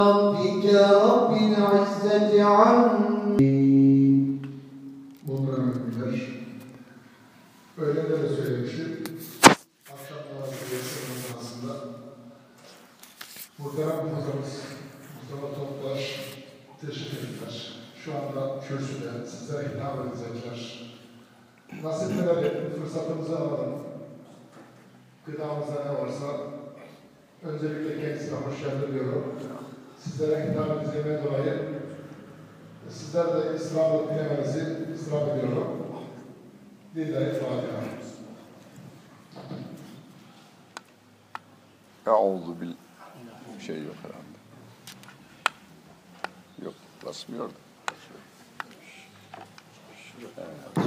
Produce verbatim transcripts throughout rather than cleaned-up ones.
ربك رب العزة عما Muhterem müminler, öğlende de söylemiştim, akşam namazı namazında muhterem hocamız Mustafa Toplar teşrif ettiler. Şu anda kürsüde sizlere hitap edecekler. Nasip edelim, fırsatımızı alalım. Gıdamızda ne varsa öncelikle kendisine hoş geldin diyorum. Sizlere hitap edeceğime dolayı sizler de İslam'ı dinlemenizi ısrar ediyorum. Lillahi Fatiha. Euzu bil... Bir şey yok herhalde. Yok, basmıyor da. Evet.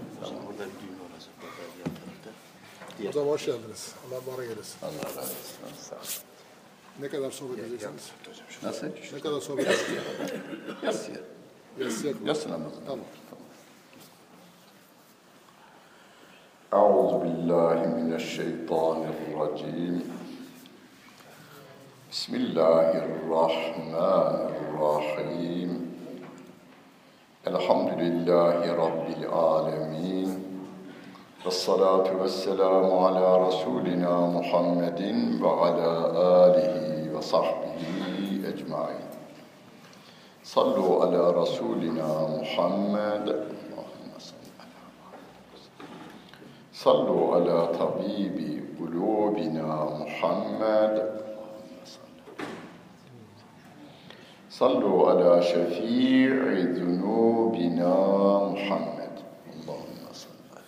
Hocam hoş geldiniz. Allah bara eylesin. Allah razı olsun. Sağ olun. Ne kadar sohbet edeceksiniz? Nasıl? Ne kadar sohbet edeceksiniz? Yasya. Yatsıya mı? Yasya namazı. Tamam. Euzu billahi mineşşeytanirracim. Bismillahirrahmanirrahim. Elhamdülillahi Rabbil alemin. Vessalatu vesselamu ala Resulina Muhammedin ve ala alihi ve sahbihi ecmain. Sallu ala Resulina Muhammed. Sallu ala tabibi kulubina Muhammed. Sallu ala şefii zunubina Muhammed. Allahümme salli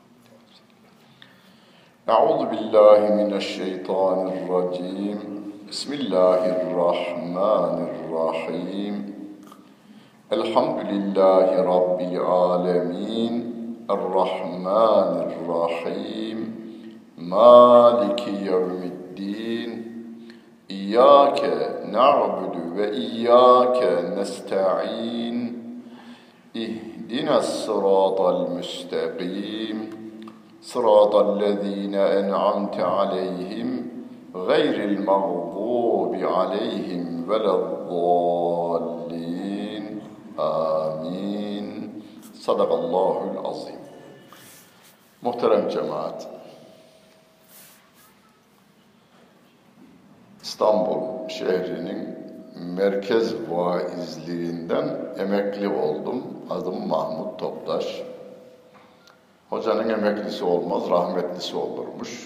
ala. Euzu billahi mineşşeytanirracim. Bismillahirrahmanirrahim. Elhamdülillahi Rabbil alemin. Errahmanirrahim. Maliki yevmiddin. İyyâke na'budu ve iyyâke nesta'in. İhdinas-sıratal müstakîm. Sıratallezîne en'amte aleyhim gayril mağdûbi aleyhim veleddâllîn. Amin. Sadakallahul azim. Muhterem cemaat, İstanbul şehrinin merkez vaizliğinden emekli oldum. Adım Mahmut Toptaş. Hocanın emeklisi olmaz, rahmetlisi olurmuş.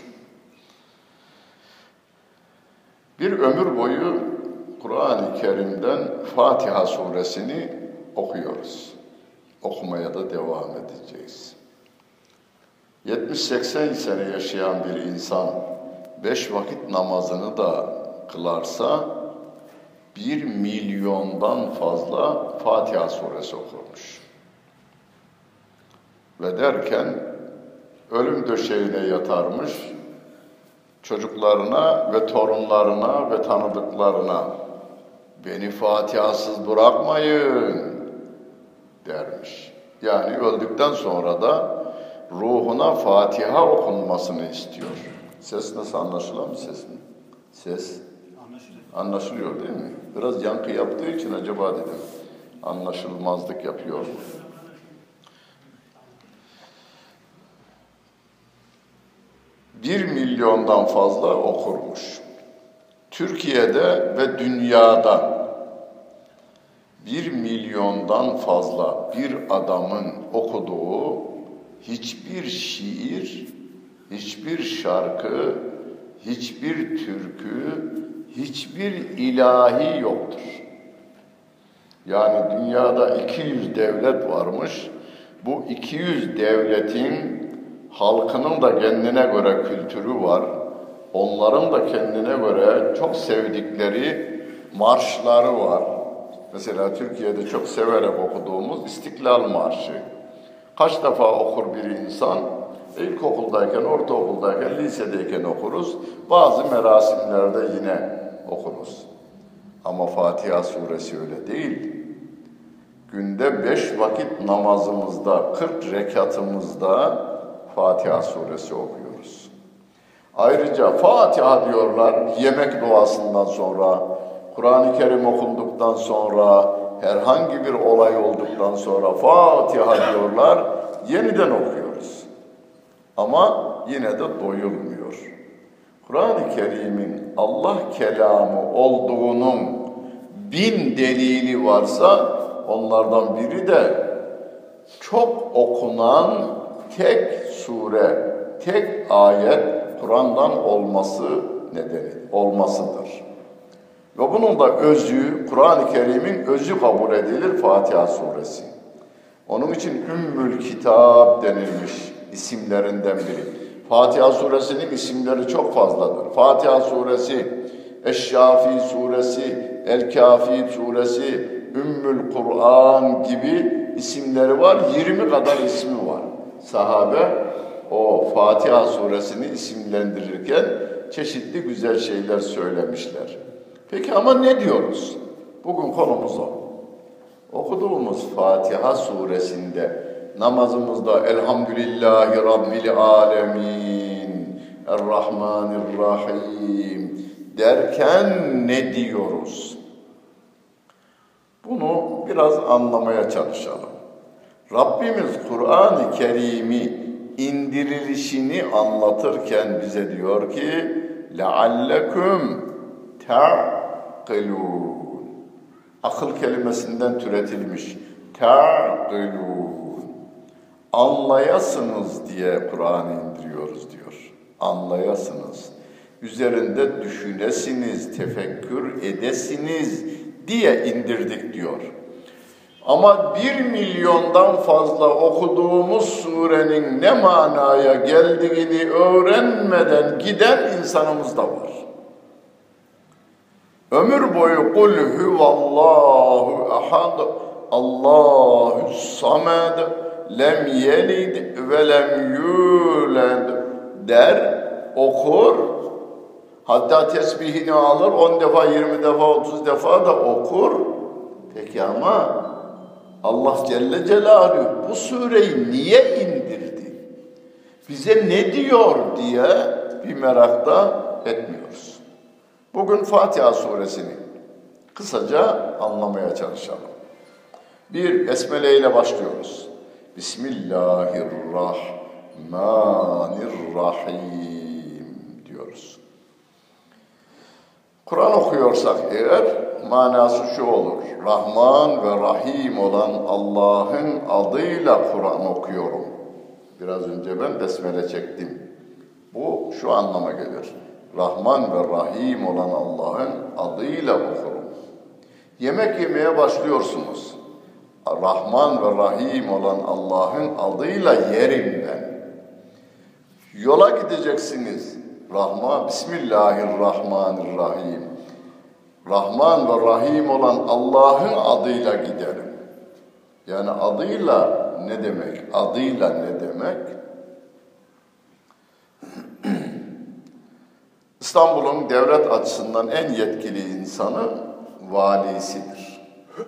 Bir ömür boyu Kur'an-ı Kerim'den Fatiha suresini okuyoruz. Okumaya da devam edeceğiz. yetmiş seksen sene yaşayan bir insan beş vakit namazını da kılarsa bir milyondan fazla Fatiha suresi okurmuş. Ve derken ölüm döşeğine yatarmış, çocuklarına ve torunlarına ve tanıdıklarına beni Fatihasız bırakmayın dermiş. Yani öldükten sonra da ruhuna Fatiha okunmasını istiyor. Ses nasıl anlaşılan mı sesin? Ses anlaşılıyor. Anlaşılıyor değil mi? Biraz yankı yaptığı için acaba dedim anlaşılmazlık yapıyor mu? Bir milyondan fazla okurmuş. Türkiye'de ve dünyada bir milyondan fazla bir adamın okuduğu hiçbir şiir, hiçbir şarkı, hiçbir türkü, hiçbir ilahi yoktur. Yani dünyada iki yüz devlet varmış. Bu iki yüz devletin halkının da kendine göre kültürü var. Onların da kendine göre çok sevdikleri marşları var. Mesela Türkiye'de çok severek okuduğumuz İstiklal Marşı. Kaç defa okur bir insan? İlkokuldayken, ortaokuldayken, lisedeyken okuruz. Bazı merasimlerde yine okuruz. Ama Fatiha suresi öyle değil. Günde beş vakit namazımızda, kırk rekatımızda Fatiha suresi okuyoruz. Ayrıca Fatiha diyorlar yemek duasından sonra, Kur'an-ı Kerim okunduktan sonra, herhangi bir olay olduktan sonra Fatiha diyorlar, yeniden okuyoruz. Ama yine de doyulmuyor. Kur'an-ı Kerim'in Allah kelamı olduğunun bin delili varsa, onlardan biri de çok okunan tek sure, tek ayet Kur'an'dan olması nedeni, olmasıdır. Ve bunun da özü, Kur'an-ı Kerim'in özü kabul edilir Fatiha suresi. Onun için Ümmül Kitap denilmiş isimlerinden biri. Fatiha suresinin isimleri çok fazladır. Fatiha suresi, Eş-Şafi suresi, El-Kâfi suresi, Ümmül Kur'an gibi isimleri var. yirmi kadar ismi var. Sahabe o Fatiha suresini isimlendirirken çeşitli güzel şeyler söylemişler. Peki ama ne diyoruz? Bugün konumuz o. Okuduğumuz Fatiha suresinde namazımızda Elhamdülillahi Rabbil Alemin Errahmanirrahim derken ne diyoruz? Bunu biraz anlamaya çalışalım. Rabbimiz Kur'an-ı Kerim'i indirilişini anlatırken bize diyor ki لَعَلَّكُمْ تَعْقِلُونَ Akıl kelimesinden türetilmiş. تَعْقِلُونَ Anlayasınız diye Kur'an'ı indiriyoruz diyor. Anlayasınız. Üzerinde düşünesiniz, tefekkür edesiniz diye indirdik diyor. Ama bir milyondan fazla okuduğumuz surenin ne manaya geldiğini öğrenmeden giden insanımız da var. Ömür boyu kul huvallahu ahad, Allahu samed, lem yelid ve lem yulad der, okur. Hatta tesbihini alır, on defa, yirmi defa, otuz defa da okur. Peki ama Allah Celle Celaluhu bu sureyi niye indirdi? Bize ne diyor diye bir merakta etmiyoruz. Bugün Fatiha suresini kısaca anlamaya çalışalım. Bir besmele ile başlıyoruz. Bismillahirrahmanirrahim diyoruz. Kur'an okuyorsak eğer manası şu olur. Rahman ve Rahim olan Allah'ın adıyla Kur'an okuyorum. Biraz önce ben besmele çektim. Bu şu anlama gelir. Rahman ve Rahim olan Allah'ın adıyla okurum. Yemek yemeye başlıyorsunuz. Rahman ve Rahim olan Allah'ın adıyla yerim ben. Yola gideceksiniz. Rahman, Bismillahirrahmanirrahim. Rahman ve Rahim olan Allah'ın adıyla giderim. Yani adıyla ne demek? Adıyla ne demek? İstanbul'un devlet açısından en yetkili insanı valisidir.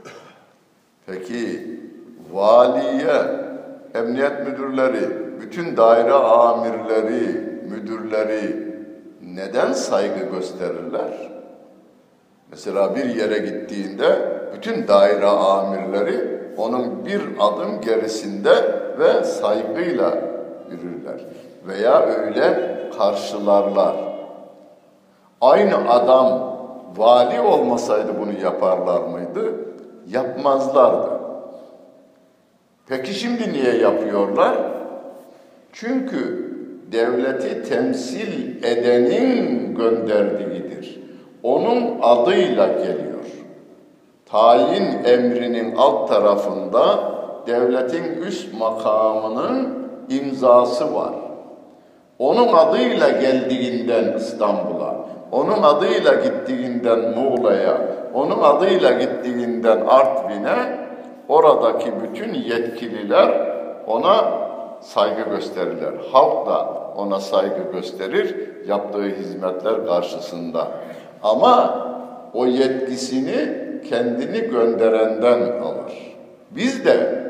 Peki valiye, emniyet müdürleri, bütün daire amirleri, müdürleri neden saygı gösterirler? Mesela bir yere gittiğinde bütün daire amirleri onun bir adım gerisinde ve saygıyla yürürler. Veya öyle karşılarlar. Aynı adam vali olmasaydı bunu yaparlar mıydı? Yapmazlardı. Peki şimdi niye yapıyorlar? Çünkü devleti temsil edenin gönderdiğidir. Onun adıyla geliyor. Tayin emrinin alt tarafında devletin üst makamının imzası var. Onun adıyla geldiğinden İstanbul'a, onun adıyla gittiğinden Muğla'ya, onun adıyla gittiğinden Artvin'e oradaki bütün yetkililer ona saygı gösterirler. Halk da ona saygı gösterir yaptığı hizmetler karşısında. Ama o yetkisini kendini gönderenden alır. Biz de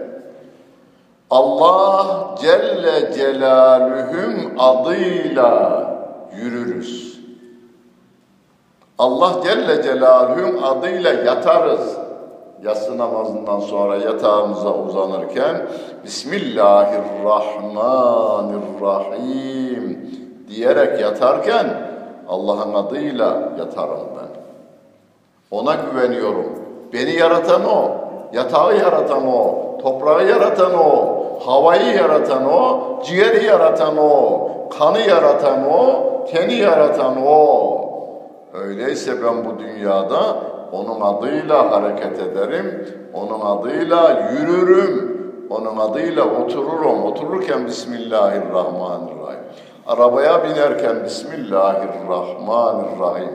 Allah Celle Celaluhum adıyla yürürüz. Allah Celle Celaluhu'nun adıyla yatarız. Yatsı namazından sonra yatağımıza uzanırken Bismillahirrahmanirrahim diyerek yatarken Allah'ın adıyla yatarım ben. Ona güveniyorum. Beni yaratan O, yatağı yaratan O, toprağı yaratan O, havayı yaratan O, ciğeri yaratan O, kanı yaratan O, teni yaratan O. Öyleyse ben bu dünyada onun adıyla hareket ederim, onun adıyla yürürüm, onun adıyla otururum. Otururken Bismillahirrahmanirrahim. Arabaya binerken Bismillahirrahmanirrahim.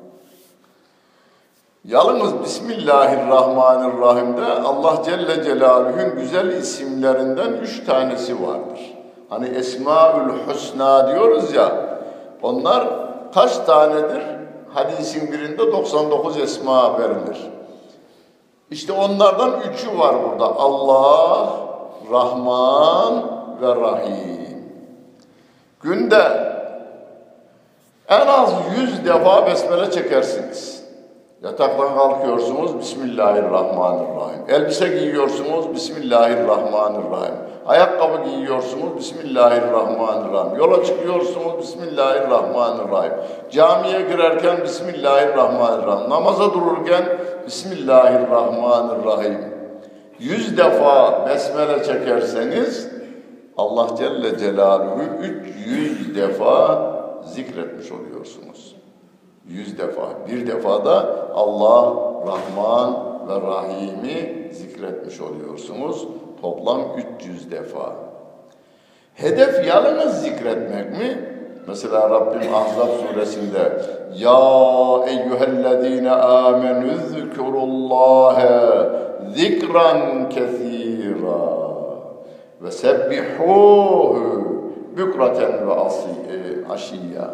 Yalnız Bismillahirrahmanirrahim'de Allah Celle Celaluhu'nun güzel isimlerinden üç tanesi vardır. Hani Esmaül Hüsna diyoruz ya, onlar kaç tanedir? Hadisin birinde doksan dokuz esma verilir. İşte onlardan üçü var burada. Allah, Rahman ve Rahim. Günde en az yüz defa besmele çekersiniz. Yataktan kalkıyorsunuz, Bismillahirrahmanirrahim. Elbise giyiyorsunuz, Bismillahirrahmanirrahim. Ayakkabı giyiyorsunuz, Bismillahirrahmanirrahim. Yola çıkıyorsunuz, Bismillahirrahmanirrahim. Camiye girerken Bismillahirrahmanirrahim. Namaza dururken Bismillahirrahmanirrahim. Yüz defa besmele çekerseniz Allah Celle Celaluhu üç yüz defa zikretmiş oluyorsunuz. Yüz defa. Bir defa da Allah, Rahman ve Rahim'i zikretmiş oluyorsunuz. Toplam üç yüz defa. Hedef yalnız zikretmek mi? Mesela Rabbim Ahzab suresinde Ya eyyühellezine amenü zikurullâhe zikran kesîrâ ve sebbihûhü bükraten ve aşiyya.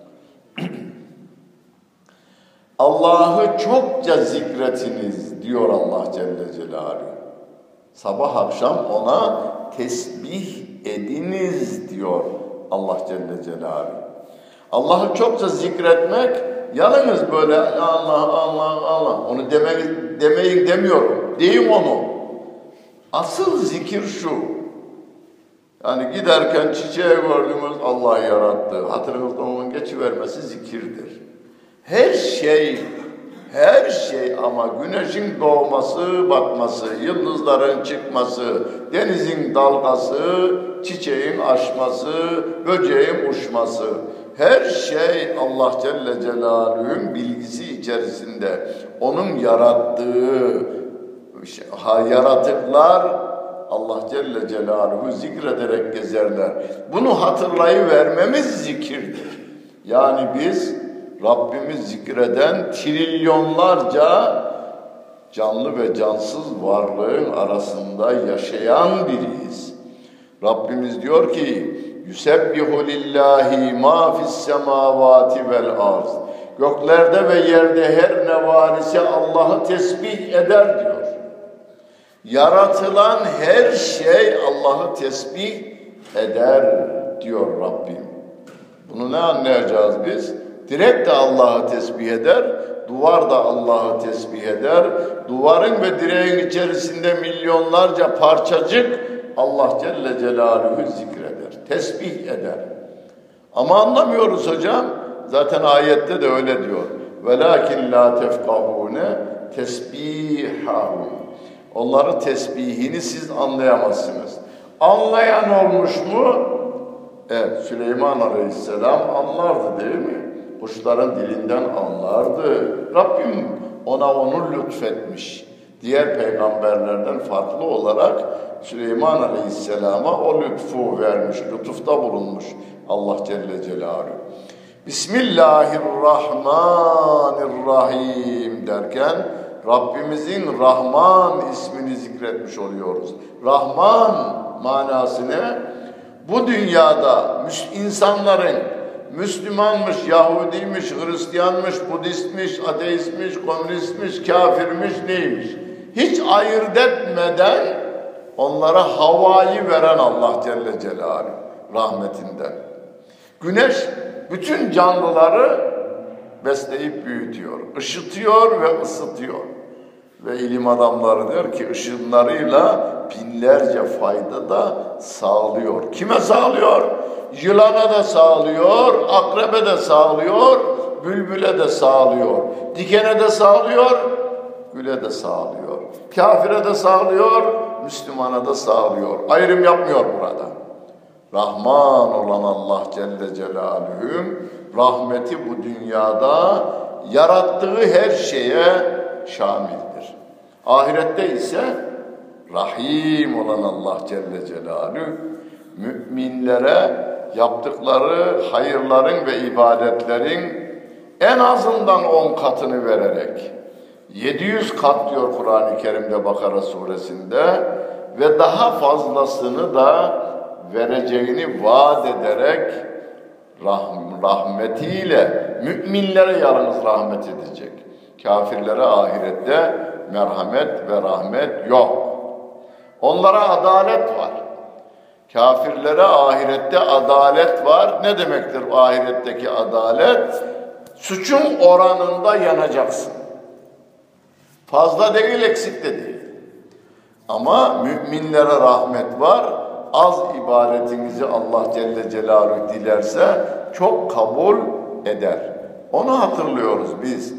Allah'ı çokça zikretiniz diyor Allah Celle Celaluhu. Sabah akşam ona tesbih ediniz diyor Allah Celle Celaluhu. Allah'ı çokça zikretmek yalnız böyle Allah Allah Allah onu demeyi, demeyi demiyorum. Deyim onu. Asıl zikir şu. Yani giderken çiçeği gördüğümüz Allah yarattı. Hatırınızda onun geçivermesi zikirdir. Her şey, her şey ama güneşin doğması, batması, yıldızların çıkması, denizin dalgası, çiçeğin açması, böceğin uçması, her şey Allah Celle Celaluhu'nun bilgisi içerisinde. Onun yarattığı yaratıklar Allah Celle Celaluhu zikrederek gezerler. Bunu hatırlayıvermemiz zikirdir. Yani biz Rabbimiz zikreden trilyonlarca canlı ve cansız varlığın arasında yaşayan biriyiz. Rabbimiz diyor ki Yusebbihu lillahi ma fis semavati vel arz. Göklerde ve yerde her ne var ise Allah'ı tesbih eder diyor. Yaratılan her şey Allah'ı tesbih eder diyor Rabbim. Bunu ne anlayacağız biz? Direkt de Allah'ı tesbih eder, duvar da Allah'ı tesbih eder. Duvarın ve direğin içerisinde milyonlarca parçacık Allah Celle Celaluhu zikreder, tesbih eder. Ama anlamıyoruz hocam. Zaten ayette de öyle diyor. وَلَاكِنْ لَا تَفْقَهُونَ تَسْبِيحَهُمْ. Onların tesbihini siz anlayamazsınız. Anlayan olmuş mu? Evet, Süleyman Aleyhisselam anlardı değil mi? Kuşların dilinden anlardı. Rabbim ona onu lütfetmiş. Diğer peygamberlerden farklı olarak Süleyman Aleyhisselam'a o lütfu vermiş, lütufta bulunmuş Allah Celle Celaluhu. Bismillahirrahmanirrahim derken Rabbimizin Rahman ismini zikretmiş oluyoruz. Rahman manası ne? Bu dünyada insanların Müslümanmış, Yahudiymiş, Hristiyanmış, Budistmiş, ateistmiş, komünistmiş, kafirmiş neymiş? Hiç ayırt etmeden onlara havayı veren Allah Celle Celaluhu rahmetinden. Güneş bütün canlıları besleyip büyütüyor, ışıtıyor ve ısıtıyor. Ve ilim adamları der ki ışınlarıyla binlerce fayda da sağlıyor. Kime sağlıyor? Yılana da sağlıyor, akrebe de sağlıyor, bülbüle de sağlıyor, dikene de sağlıyor, güle de sağlıyor, kafire de sağlıyor, Müslümana da sağlıyor. Ayrım yapmıyor burada. Rahman olan Allah Celle Celaluhu rahmeti bu dünyada yarattığı her şeye şamildir. Ahirette ise Rahim olan Allah Celle Celaluhu müminlere yaptıkları hayırların ve ibadetlerin en azından on katını vererek yedi yüz kat diyor Kur'an-ı Kerim'de Bakara suresinde ve daha fazlasını da vereceğini vaat ederek rahm, rahmetiyle müminlere yalnız rahmet edecek. Kafirlere ahirette merhamet ve rahmet yok. Onlara adalet var. Kafirlere ahirette adalet var. Ne demektir ahiretteki adalet? Suçun oranında yanacaksın. Fazla değil, eksik de değil. Ama müminlere rahmet var. Az ibadetinizi Allah Celle Celaluhu dilerse çok kabul eder. Onu hatırlıyoruz biz.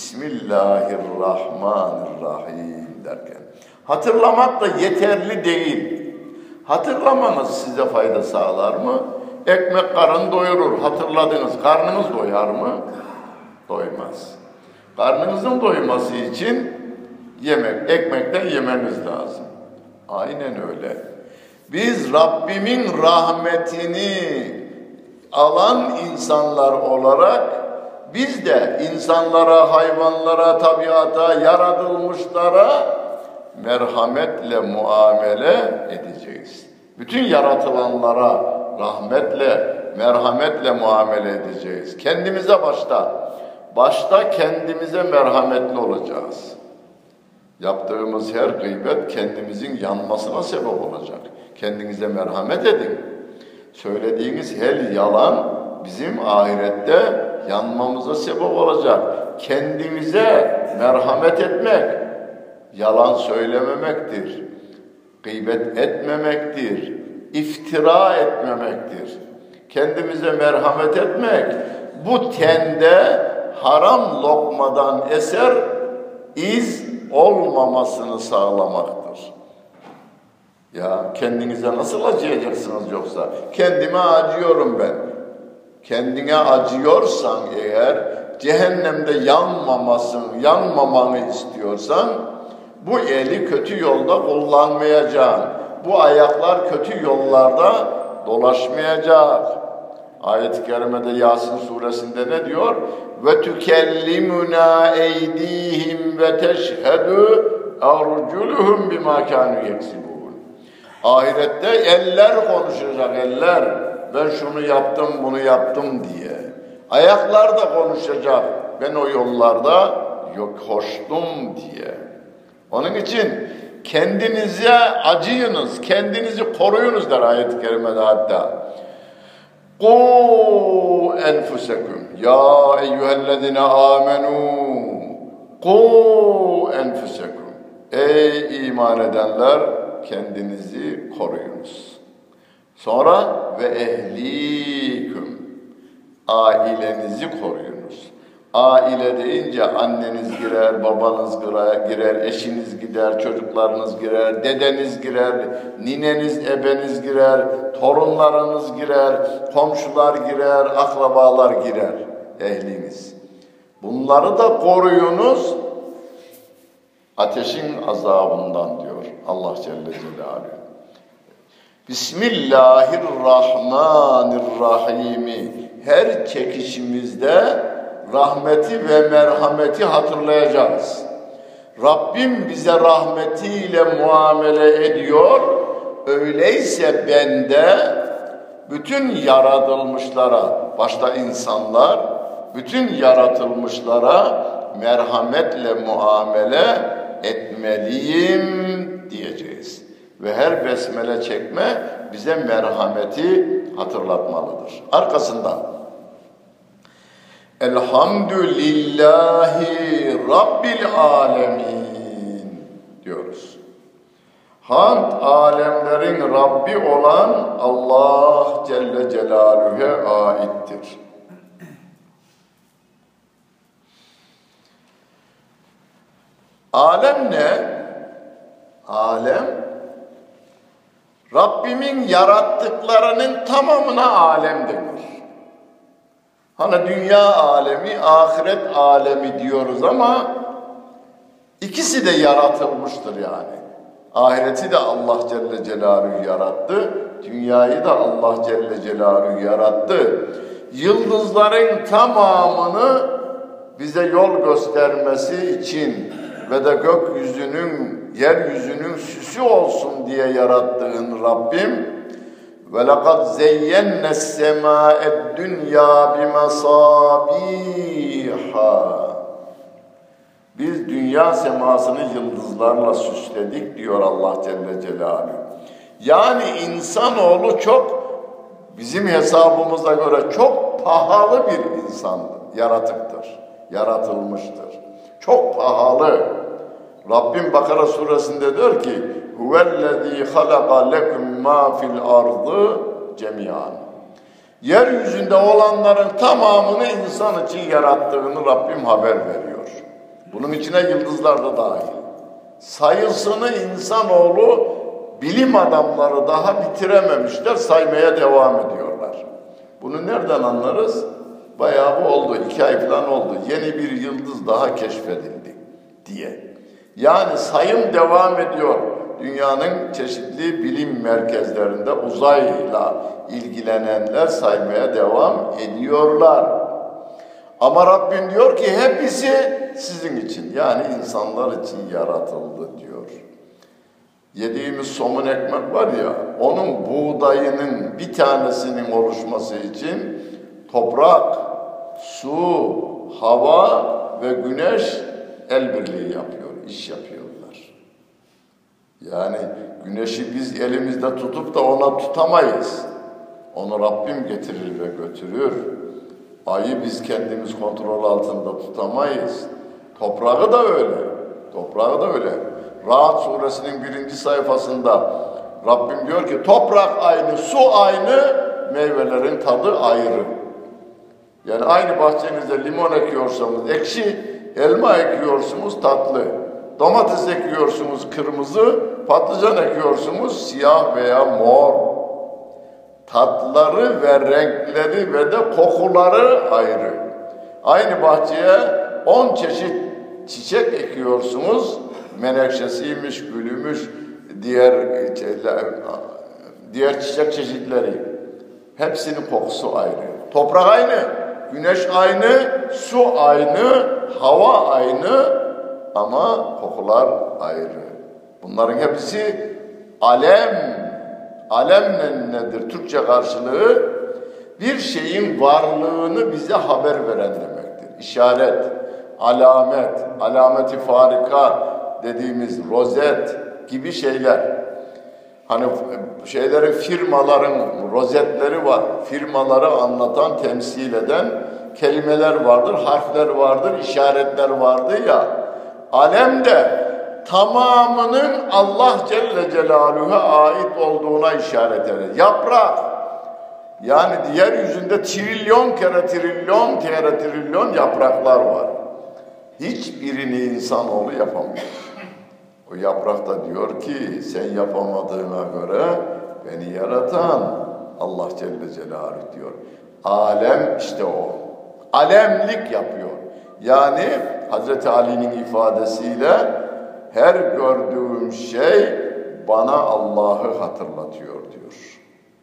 Bismillahirrahmanirrahim derken. Hatırlamak da yeterli değil. Hatırlamanız size fayda sağlar mı? Ekmek karın doyurur. Hatırladınız. Karnınız doyar mı? Doymaz. Karnınızın doyması için yemek, ekmekten yemeniz lazım. Aynen öyle. Biz Rabbimin rahmetini alan insanlar olarak biz de insanlara, hayvanlara, tabiata, yaratılmışlara merhametle muamele edeceğiz. Bütün yaratılanlara rahmetle, merhametle muamele edeceğiz. Kendimize başta, başta kendimize merhametli olacağız. Yaptığımız her gıybet kendimizin yanmasına sebep olacak. Kendinize merhamet edin. Söylediğiniz her yalan bizim ahirette yanmamıza sebep olacak. Kendimize merhamet etmek, yalan söylememektir, gıybet etmemektir, iftira etmemektir. Kendimize merhamet etmek, bu tende haram lokmadan eser, iz olmamasını sağlamaktır. Ya kendinize nasıl acıyacaksınız yoksa? Kendime acıyorum ben. Kendine acıyorsan eğer, cehennemde yanmamasın, yanmamanı istiyorsan, bu eli kötü yolda kullanmayacaksın. Bu ayaklar kötü yollarda dolaşmayacak. Ayet-i kerimede Yasin suresinde ne diyor? Ve tükellimuna eydihim ve teşhedü arculuhum bima kanu yeksibun. Ahirette eller konuşacak, eller. Ben şunu yaptım, bunu yaptım diye. Ayaklar da konuşacak. Ben o yollarda yok koştum diye. Onun için kendinize acıyınız, kendinizi koruyunuz der ayet-i kerimede hatta. Qu enfusekum ya eyyühellezine amenu qu enfusekum. Ey iman edenler, kendinizi koruyunuz. Sonra ve ehliküm, ailenizi koruyunuz. Aile deyince anneniz girer, babanız girer, eşiniz girer, çocuklarınız girer, dedeniz girer, nineniz, ebeniz girer, torunlarınız girer, komşular girer, akrabalar girer, ehliniz. Bunları da koruyunuz ateşin azabından diyor Allah Celle Celaluhu. Bismillahirrahmanirrahim. Her çekişimizde rahmeti ve merhameti hatırlayacağız. Rabbim bize rahmetiyle muamele ediyor. Öyleyse ben de bütün yaratılmışlara, başta insanlar, bütün yaratılmışlara merhametle muamele etmeliyim diyeceğiz. Ve her besmele çekme bize merhameti hatırlatmalıdır. Arkasından Elhamdülillahi Rabbil alemin diyoruz. Hamd alemlerin Rabbi olan Allah Celle Celaluhu'ya aittir. Alem ne? Alem, Rabbimin yarattıklarının tamamına alem denir. Hani dünya alemi, ahiret alemi diyoruz ama ikisi de yaratılmıştır yani. Ahireti de Allah Celle Celaluhu yarattı, dünyayı da Allah Celle Celaluhu yarattı. Yıldızların tamamını bize yol göstermesi için ve de gökyüzünün, yeryüzünün süsü olsun diye yarattığın Rabbim ve lekad zeyyenna es-semâ'ed dünya bimasâbîhâ. Biz dünya semasını yıldızlarla süsledik diyor Allah Celle Celaluhu. Yani insanoğlu çok, bizim hesabımıza göre çok pahalı bir insandır, yaratıktır, yaratılmıştır. Çok pahalı. Rabbim Bakara suresinde diyor ki huvellezî halaka lekum mâ fil ardı cemiyan. Yeryüzünde olanların tamamını insan için yarattığını Rabbim haber veriyor. Bunun içine yıldızlar da dahil. Sayısını insanoğlu bilim adamları daha bitirememişler, saymaya devam ediyorlar. Bunu nereden anlarız? Bayağı bu oldu, iki ay falan oldu. Yeni bir yıldız daha keşfedildi diye. Yani sayım devam ediyor. Dünyanın çeşitli bilim merkezlerinde uzayla ilgilenenler saymaya devam ediyorlar. Ama Rabbim diyor ki hepsi sizin için, yani insanlar için yaratıldı diyor. Yediğimiz somun ekmek var ya, onun buğdayının bir tanesinin oluşması için toprak, su, hava ve güneş el birliği yapıyor, iş yapıyorlar. Yani güneşi biz elimizde tutup da ona tutamayız. Onu Rabbim getirir ve götürür. Ayı biz kendimiz kontrol altında tutamayız. Toprağı da öyle. Toprağı da öyle. Ra'd suresinin birinci sayfasında Rabbim diyor ki toprak aynı, su aynı, meyvelerin tadı ayrı. Yani aynı bahçenizde limon ekiyorsanız ekşi, elma ekiyorsunuz tatlı. Domates ekiyorsunuz kırmızı, patlıcan ekiyorsunuz siyah veya mor. Tatları ve renkleri ve de kokuları ayrı. Aynı bahçeye on çeşit çiçek ekiyorsunuz. Menekşesiymiş, gülümüş, diğer diğer çiçek çeşitleri. Hepsinin kokusu ayrı. Toprak aynı, güneş aynı, su aynı, hava aynı ama kokular ayrı. Bunların hepsi alem. Alem nedir? Türkçe karşılığı bir şeyin varlığını bize haber veren demektir. İşaret, alamet, alameti farika dediğimiz rozet gibi şeyler. Hani şeyleri firmaların rozetleri var. Firmaları anlatan, temsil eden kelimeler vardır, harfler vardır, işaretler vardır ya. Alem de tamamının Allah Celle Celaluhu'ya ait olduğuna işaret eder. Yaprak, yani yeryüzünde trilyon kere trilyon kere trilyon yapraklar var. Hiçbirini insanoğlu yapamıyor. O yaprak da diyor ki sen yapamadığına göre beni yaratan Allah Celle Celaluhu diyor. Alem işte o. Alemlik yapıyor. Yani Hazreti Ali'nin ifadesiyle her gördüğüm şey bana Allah'ı hatırlatıyor diyor.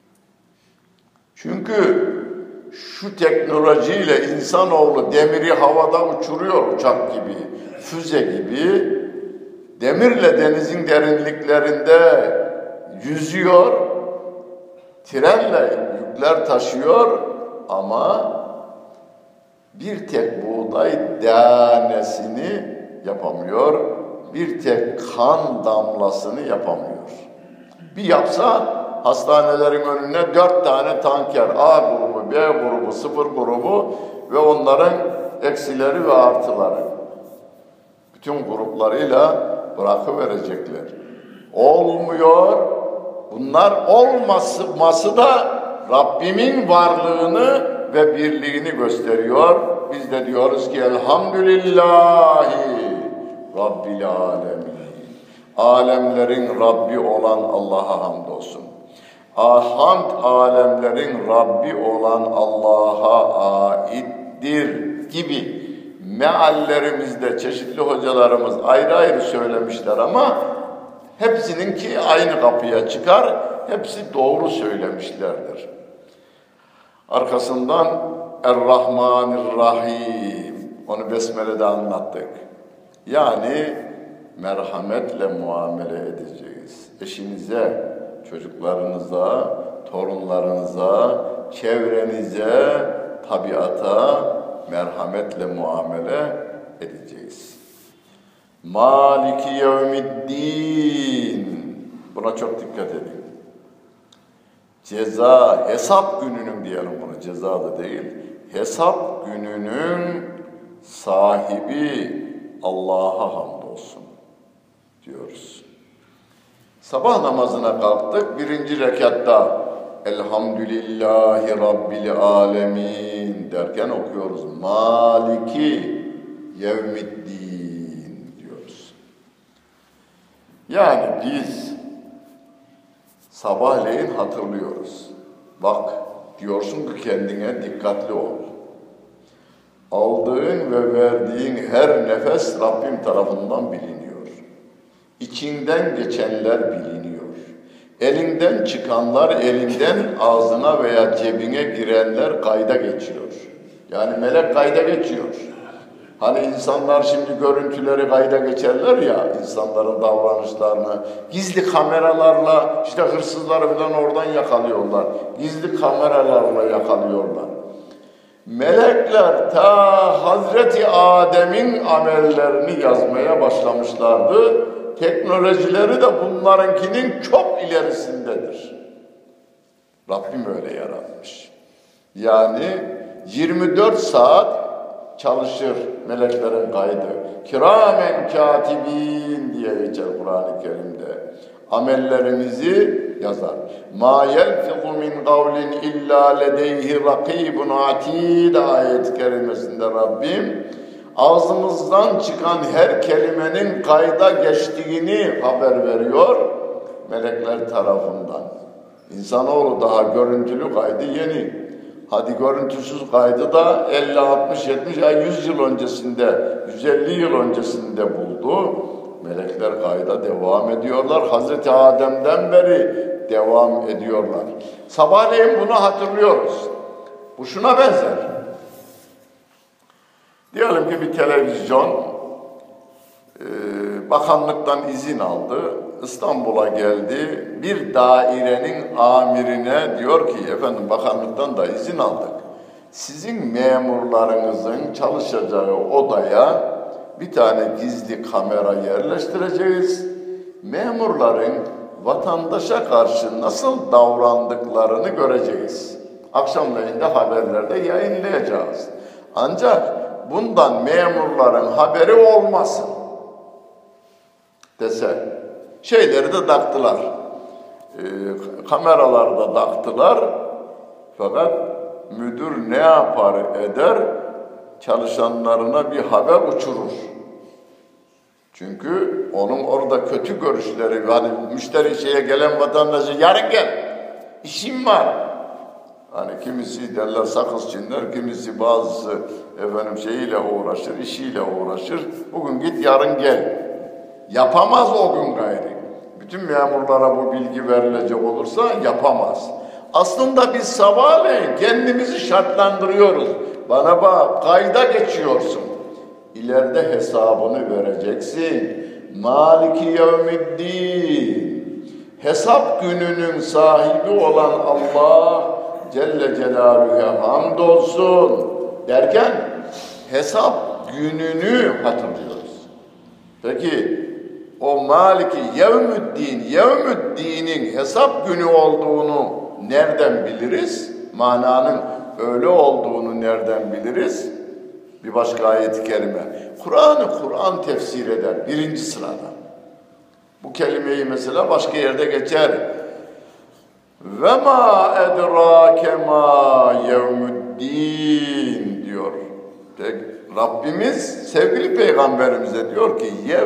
Çünkü şu teknolojiyle insanoğlu demiri havada uçuruyor uçak gibi, füze gibi. Demirle denizin derinliklerinde yüzüyor, trenle yükler taşıyor ama bir tek buğday tanesini yapamıyor, bir tek kan damlasını yapamıyor. Bir yapsa hastanelerin önüne dört tane tanker, A grubu, B grubu, sıfır grubu ve onların eksileri ve artıları. Bütün gruplarıyla bırakıverecekler. Olmuyor. Bunlar olması da Rabbimin varlığını ve birliğini gösteriyor. Biz de diyoruz ki elhamdülillahi Rabbil alemin. Alemlerin Rabbi olan Allah'a hamdolsun. Hamd alemlerin Rabbi olan Allah'a aittir gibi meallerimizde çeşitli hocalarımız ayrı ayrı söylemişler ama hepsininki aynı kapıya çıkar. Hepsi doğru söylemişlerdir. Arkasından Er-Rahmanir-Rahim. Onu Besmele'de anlattık. Yani merhametle muamele edeceğiz. Eşinize, çocuklarınıza, torunlarınıza, çevrenize, tabiata merhametle muamele edeceğiz. Maliki yevmiddin. Buna çok dikkat edin. Ceza, hesap gününün diyelim bunu, ceza da değil. Hesap gününün sahibi Allah'a hamdolsun diyoruz. Sabah namazına kalktık. Birinci rekatta Elhamdülillahi Rabbil alemin derken okuyoruz. Maliki yevmiddin diyoruz. Yani biz sabahleyin hatırlıyoruz. Bak diyorsun ki kendine dikkatli ol. Aldığın ve verdiğin her nefes Rabbim tarafından biliniyor. İçinden geçenler biliniyor. Elinden çıkanlar, elinden ağzına veya cebine girenler kayda geçiyor. Yani melek kayda geçiyor. Hani insanlar şimdi görüntüleri kayda geçerler ya, insanların davranışlarını. Gizli kameralarla, işte hırsızları falan oradan yakalıyorlar. Gizli kameralarla yakalıyorlar. Melekler ta Hazreti Adem'in amellerini yazmaya başlamışlardı. Teknolojileri de bunlarınkinin çok ilerisindedir. Rabbim öyle yaratmış. Yani yirmi dört saat çalışır meleklerin kaydı. Kiramen katibin diye geçer Kur'an-ı Kerim'de. Amellerimizi yazar. Ma yelfizu min kavlin illa ledeyhi rakibun atid ayet-i kerimesinde Rabbim ağzımızdan çıkan her kelimenin kayda geçtiğini haber veriyor melekler tarafından. İnsanoğlu daha görüntülü kaydı yeni. Hadi görüntüsüz kaydı da elli, altmış, yetmiş, yüz yıl öncesinde, yüz elli yıl öncesinde buldu. Melekler kayda devam ediyorlar. Hazreti Adem'den beri devam ediyorlar. Sabahleyin bunu hatırlıyoruz. Bu şuna benzer. Diyelim ki bir televizyon e, bakanlıktan izin aldı. İstanbul'a geldi. Bir dairenin amirine diyor ki efendim bakanlıktan da izin aldık. Sizin memurlarınızın çalışacağı odaya bir tane gizli kamera yerleştireceğiz. Memurların vatandaşa karşı nasıl davrandıklarını göreceğiz. Akşamleyin de haberlerde yayınlayacağız. Ancak bundan memurların haberi olmasın dese. Şeyleri de taktılar. E, kameraları da taktılar. Fakat müdür ne yapar eder? Çalışanlarına bir haber uçurur. Çünkü onun orada kötü görüşleri, hani müşteri şeye gelen vatandaşı yarın gel, işim var. Hani kimisi derler sakız çinler, kimisi bazısı efendim şeyiyle uğraşır, işiyle uğraşır. Bugün git yarın gel. Yapamaz o gün gayri. Bütün memurlara bu bilgi verilecek olursa yapamaz. Aslında biz sabahleyin kendimizi şartlandırıyoruz. Bana bak, kayda geçiyorsun. İleride hesabını vereceksin. Maliki yevmiddin. Hesap gününün sahibi olan Allah Celle Celaluhu'ya hamdolsun derken hesap gününü hatırlıyoruz. Peki o Maliki yevmiddin, yevmiddinin hesap günü olduğunu nereden biliriz? Mananın öyle olduğunu nereden biliriz? Bir başka ayet-i kerime. Kur'an'ı Kur'an tefsir eder birinci sırada. Bu kelimeyi mesela başka yerde geçer. Ve ma edrake ma yevmuddin diyor. Rabbimiz sevgili peygamberimize diyor ki yev,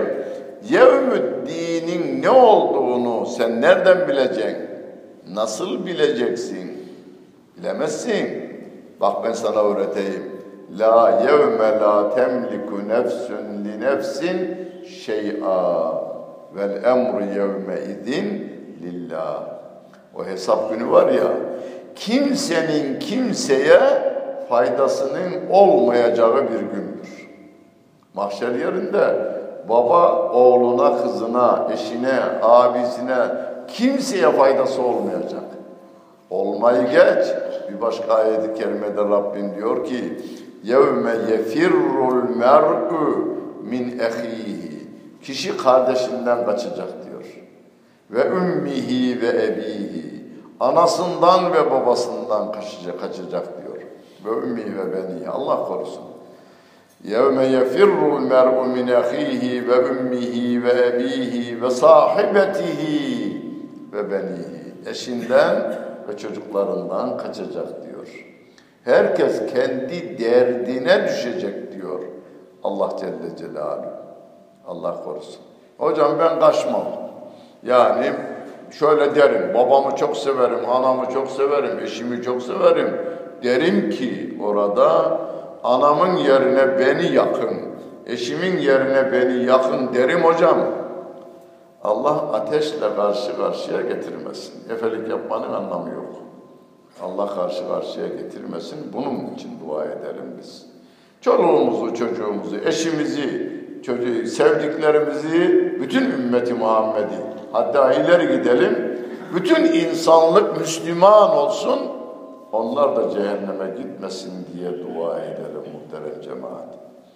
yevmuddinin ne olduğunu sen nereden bileceksin? Nasıl bileceksin? Bilemezsin. Bak ben sana öğreteyim. La yevme la temliku nefsün li nefsin şey'a vel emru yevme idin lillah. O hesap günü var ya, kimsenin kimseye faydasının olmayacağı bir gündür. Mahşer yerinde baba oğluna, kızına, eşine, abisine, kimseye faydası olmayacak. Olmayı geç. Bir başka ayet-i kerimede Rabbim diyor ki yevme yefirrul mer'u min ehihi. Kişi kardeşinden kaçacak diyor. Ve ümmihi ve ebihi. Anasından ve babasından kaçacak, kaçacak diyor. Ve ümmihi ve benihi. Allah korusun. Yevme yefirrul mer'u min ehihi ve ümmihi ve ebihi ve sahibetihi ve benihi. Eşinden ve çocuklarından kaçacak diyor. Herkes kendi derdine düşecek diyor Allah Celle Celaluhu. Allah korusun. Hocam ben kaçmam. Yani şöyle derim, babamı çok severim, anamı çok severim, eşimi çok severim. Derim ki orada anamın yerine beni yakın, eşimin yerine beni yakın derim hocam. Allah ateşle karşı karşıya getirmesin. Efelik yapmanın anlamı yok. Allah karşı karşıya getirmesin. Bunun için dua edelim biz. Çoluğumuzu, çocuğumuzu, eşimizi, çocuğu, sevdiklerimizi, bütün ümmeti Muhammed'i, hatta ileri gidelim, bütün insanlık Müslüman olsun, onlar da cehenneme gitmesin diye dua edelim muhterem cemaat.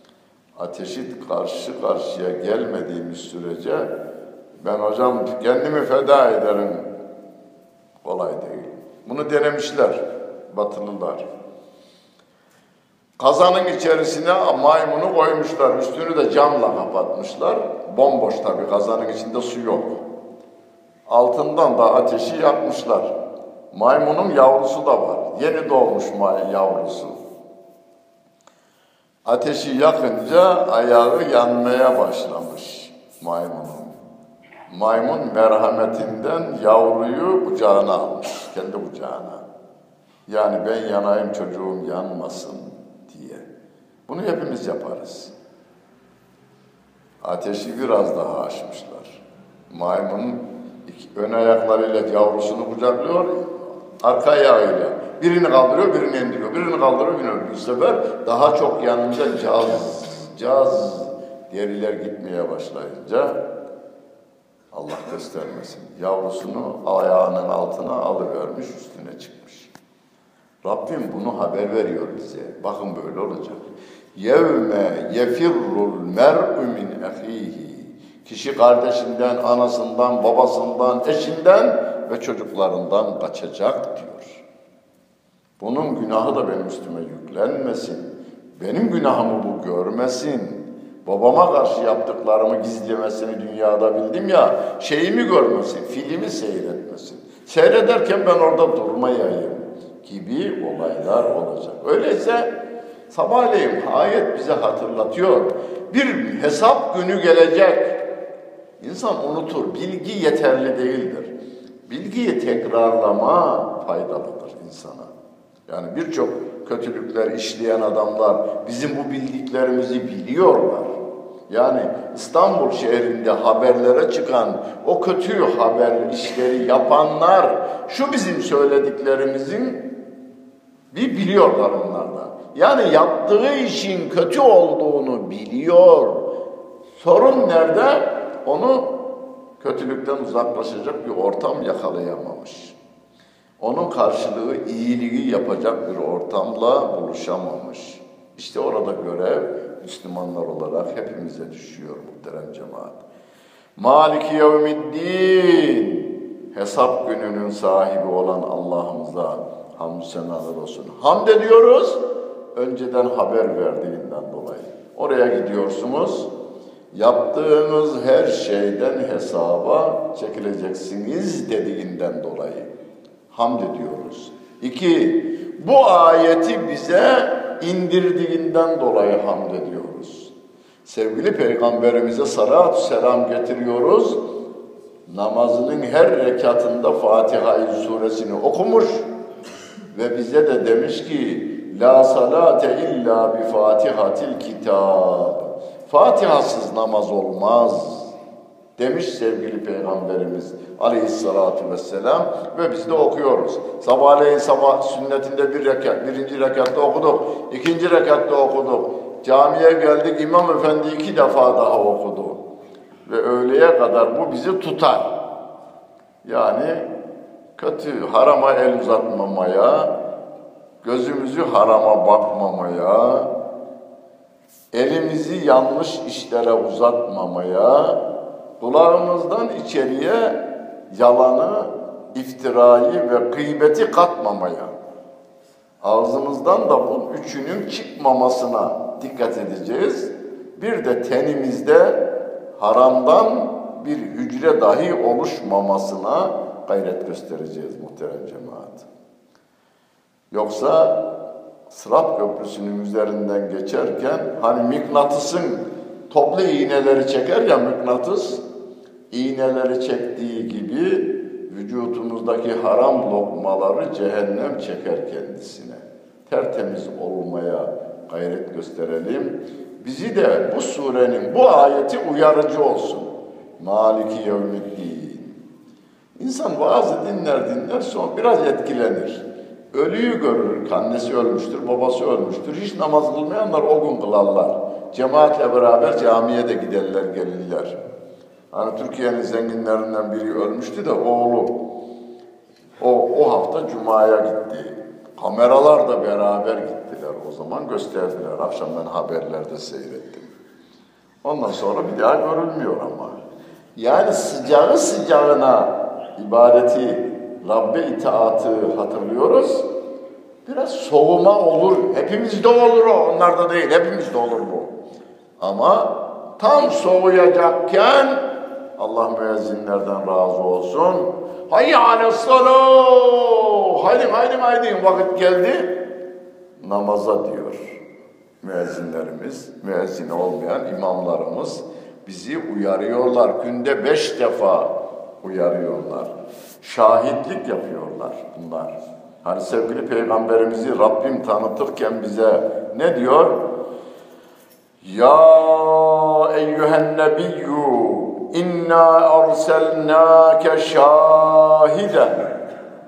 Ateşi karşı karşıya gelmediğimiz sürece ben hocam kendimi feda ederim. Kolay değil. Bunu denemişler Batılılar. Kazanın içerisine maymunu koymuşlar. Üstünü de camla kapatmışlar. Bomboş tabii, kazanın içinde su yok. Altından da ateşi yakmışlar. Maymunun yavrusu da var. Yeni doğmuş yavrusu. Ateşi yakınca ayağı yanmaya başlamış maymunun. Maymun merhametinden yavruyu kucağına almış. Kendi kucağına. Yani ben yanayım çocuğum yanmasın diye. Bunu hepimiz yaparız. Ateşi biraz daha açmışlar. Maymun ön ayaklarıyla yavrusunu kucaklıyor, arka ayağıyla. Birini kaldırıyor, birini indiriyor. Birini kaldırıyor, birini indiriyor. Bu sefer daha çok yanınca caz, caz deriler gitmeye başlayınca Allah göstermesin. Yavrusunu ayağının altına alıvermiş, üstüne çıkmış. Rabbim bunu haber veriyor bize. Bakın böyle olacak. Yevme yefirrul mer'u min ehihi. Kişi kardeşinden, anasından, babasından, eşinden ve çocuklarından kaçacak diyor. Bunun günahı da benim üstüme yüklenmesin. Benim günahımı bu görmesin. Babama karşı yaptıklarımı gizlemesini dünyada bildim ya, şeyimi görmesin, filmi seyretmesin. Seyrederken ben orada durmayayım gibi olaylar olacak. Öyleyse sabahleyin ayet bize hatırlatıyor. Bir hesap günü gelecek. İnsan unutur. Bilgi yeterli değildir. Bilgiyi tekrarlama faydalıdır insana. Yani birçok kötülükler işleyen adamlar bizim bu bildiklerimizi biliyorlar. Yani İstanbul şehrinde haberlere çıkan o kötü haber işleri yapanlar şu bizim söylediklerimizin bir biliyorlar onlardan. Yani yaptığı işin kötü olduğunu biliyor. Sorun nerede? Onu kötülükten uzaklaşacak bir ortam yakalayamamış. Onun karşılığı iyiliği yapacak bir ortamla buluşamamış. İşte orada görev Müslümanlar olarak hepimize düşüyor muhterem cemaat. Maliki yevmiddin, hesap gününün sahibi olan Allah'ımıza hamdü senalar olsun. Hamd ediyoruz, önceden haber verdiğinden dolayı. Oraya gidiyorsunuz, yaptığınız her şeyden hesaba çekileceksiniz dediğinden dolayı hamd ediyoruz. İki, bu ayeti bize indirdiğinden dolayı hamd ediyoruz. Sevgili Peygamberimize salatü selam getiriyoruz. Namazının her rekatında Fatiha-i suresini okumuş ve bize de demiş ki la salate illa bi fatihatil kitab. Fatihasız namaz olmaz demiş sevgili Peygamberimiz aleyhissalatu vesselam ve biz de okuyoruz. Sabahleyin sabah sünnetinde bir rekat, birinci rekatta okuduk, ikinci rekatta okuduk. Camiye geldik, İmam Efendi iki defa daha okudu. Ve öğleye kadar bu bizi tutar. Yani kötü, harama el uzatmamaya, gözümüzü harama bakmamaya, elimizi yanlış işlere uzatmamaya, kulağımızdan içeriye yalanı, iftirayı ve gıybeti katmamaya, ağzımızdan da bu üçünün çıkmamasına dikkat edeceğiz. Bir de tenimizde haramdan bir hücre dahi oluşmamasına gayret göstereceğiz muhterem cemaat. Yoksa Sırat Köprüsü'nün üzerinden geçerken hani mıknatısın toplu iğneleri çeker ya mıknatıs, iğneleri çektiği gibi vücudumuzdaki haram lokmaları cehennem çeker kendisine. Tertemiz olmaya gayret gösterelim. Bizi de bu surenin, bu ayeti uyarıcı olsun. Maliki yevmiddin. İnsan vaazı dinler dinler sonra biraz etkilenir. Ölüyü görür, annesi ölmüştür, babası ölmüştür. Hiç namaz kılmayanlar o gün kılarlar. Cemaatle beraber camiye de giderler, gelirler. Hani Türkiye'nin zenginlerinden biri ölmüştü de oğlu. O, o hafta Cuma'ya gitti. Kameralar da beraber gittiler. O zaman gösterdiler. Akşam ben haberlerde seyrettim. Ondan sonra bir daha görülmüyor ama. Yani sıcağı sıcağına ibadeti, Rabbe itaatı hatırlıyoruz. Biraz soğuma olur. Hepimizde olur o. Onlarda değil. Hepimizde olur bu. Ama tam soğuyacakken Allah müezzinlerden razı olsun. Hayya aleyhissalâh. Haydi haydi haydi. Vakit geldi. Namaza diyor müezzinlerimiz. Müezzin olmayan imamlarımız bizi uyarıyorlar. Günde beş defa uyarıyorlar. Şahitlik yapıyorlar bunlar. Hani sevgili Peygamberimizi Rabbim tanıtırken bize ne diyor? Ya eyyühen nebiyyü inna arselnâke şahiden.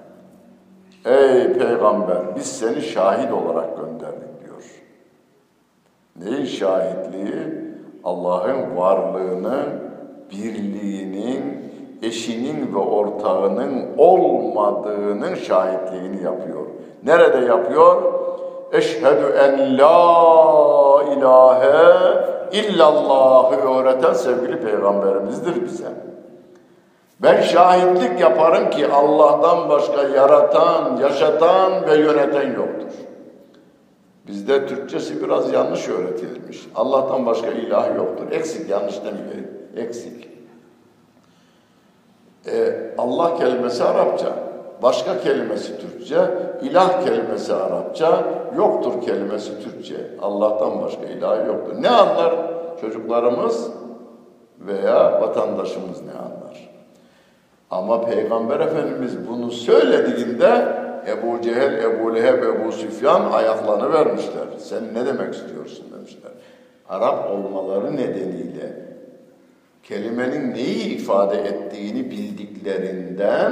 Ey Peygamber biz seni şahit olarak gönderdik diyor. Neyin şahitliği? Allah'ın varlığının, birliğinin, eşinin ve ortağının olmadığının şahitliğini yapıyor. Nerede yapıyor? Eşhedü en la ilahe illallah'ı öğreten sevgili Peygamberimizdir bize. Ben şahitlik yaparım ki Allah'tan başka yaratan, yaşatan ve yöneten yoktur. Bizde Türkçesi biraz yanlış öğretilmiş. Allah'tan başka ilah yoktur. Eksik, yanlış demeyelim. Eksik. Ee, Allah kelimesi Arapça, başka kelimesi Türkçe, ilah kelimesi Arapça, yoktur kelimesi Türkçe. Allah'tan başka ilah yoktur. Ne anlar çocuklarımız veya vatandaşımız ne anlar? Ama Peygamber Efendimiz bunu söylediğinde Ebu Cehil, Ebu Leheb, Ebu Süfyan ayaklanıvermişler. Sen ne demek istiyorsun demişler. Arap olmaları nedeniyle kelimenin neyi ifade ettiğini bildiklerinden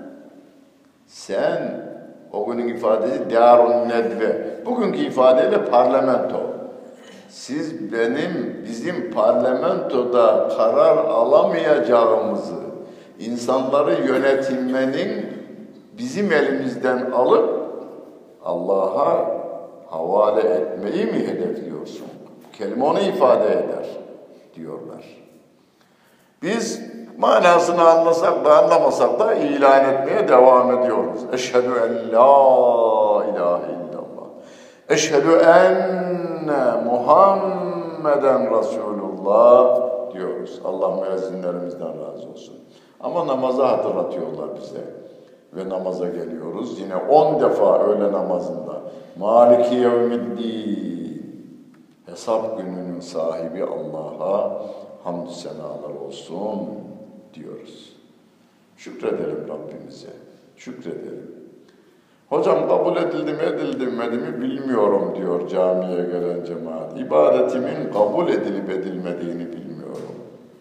sen o günün ifadesi Darun Nedve. Bugünkü ifadeyle parlamento. Siz benim, bizim parlamentoda karar alamayacağımızı, insanları yönetilmenin bizim elimizden alıp Allah'a havale etmeyi mi hedefliyorsun? Kelime onu ifade eder diyorlar. Biz manasını anlasak da anlamasak da ilan etmeye devam ediyoruz. Eşhedü en la ilahe illallah. Eşhedü enne Muhammeden Resulullah diyoruz. Allah müezzinlerimizden razı olsun. Ama namaza hatırlatıyorlar bize. Ve namaza geliyoruz. Yine on defa öğle namazında. Maliki yevmiddin. Hesap gününün sahibi Allah'a hamdü senalar olsun diyoruz. Şükredelim Rabbimize. Şükredelim. Hocam kabul edildi mi edilmedi mi bilmiyorum diyor camiye gelen cemaat. İbadetimin kabul edilip edilmediğini bilmiyorum.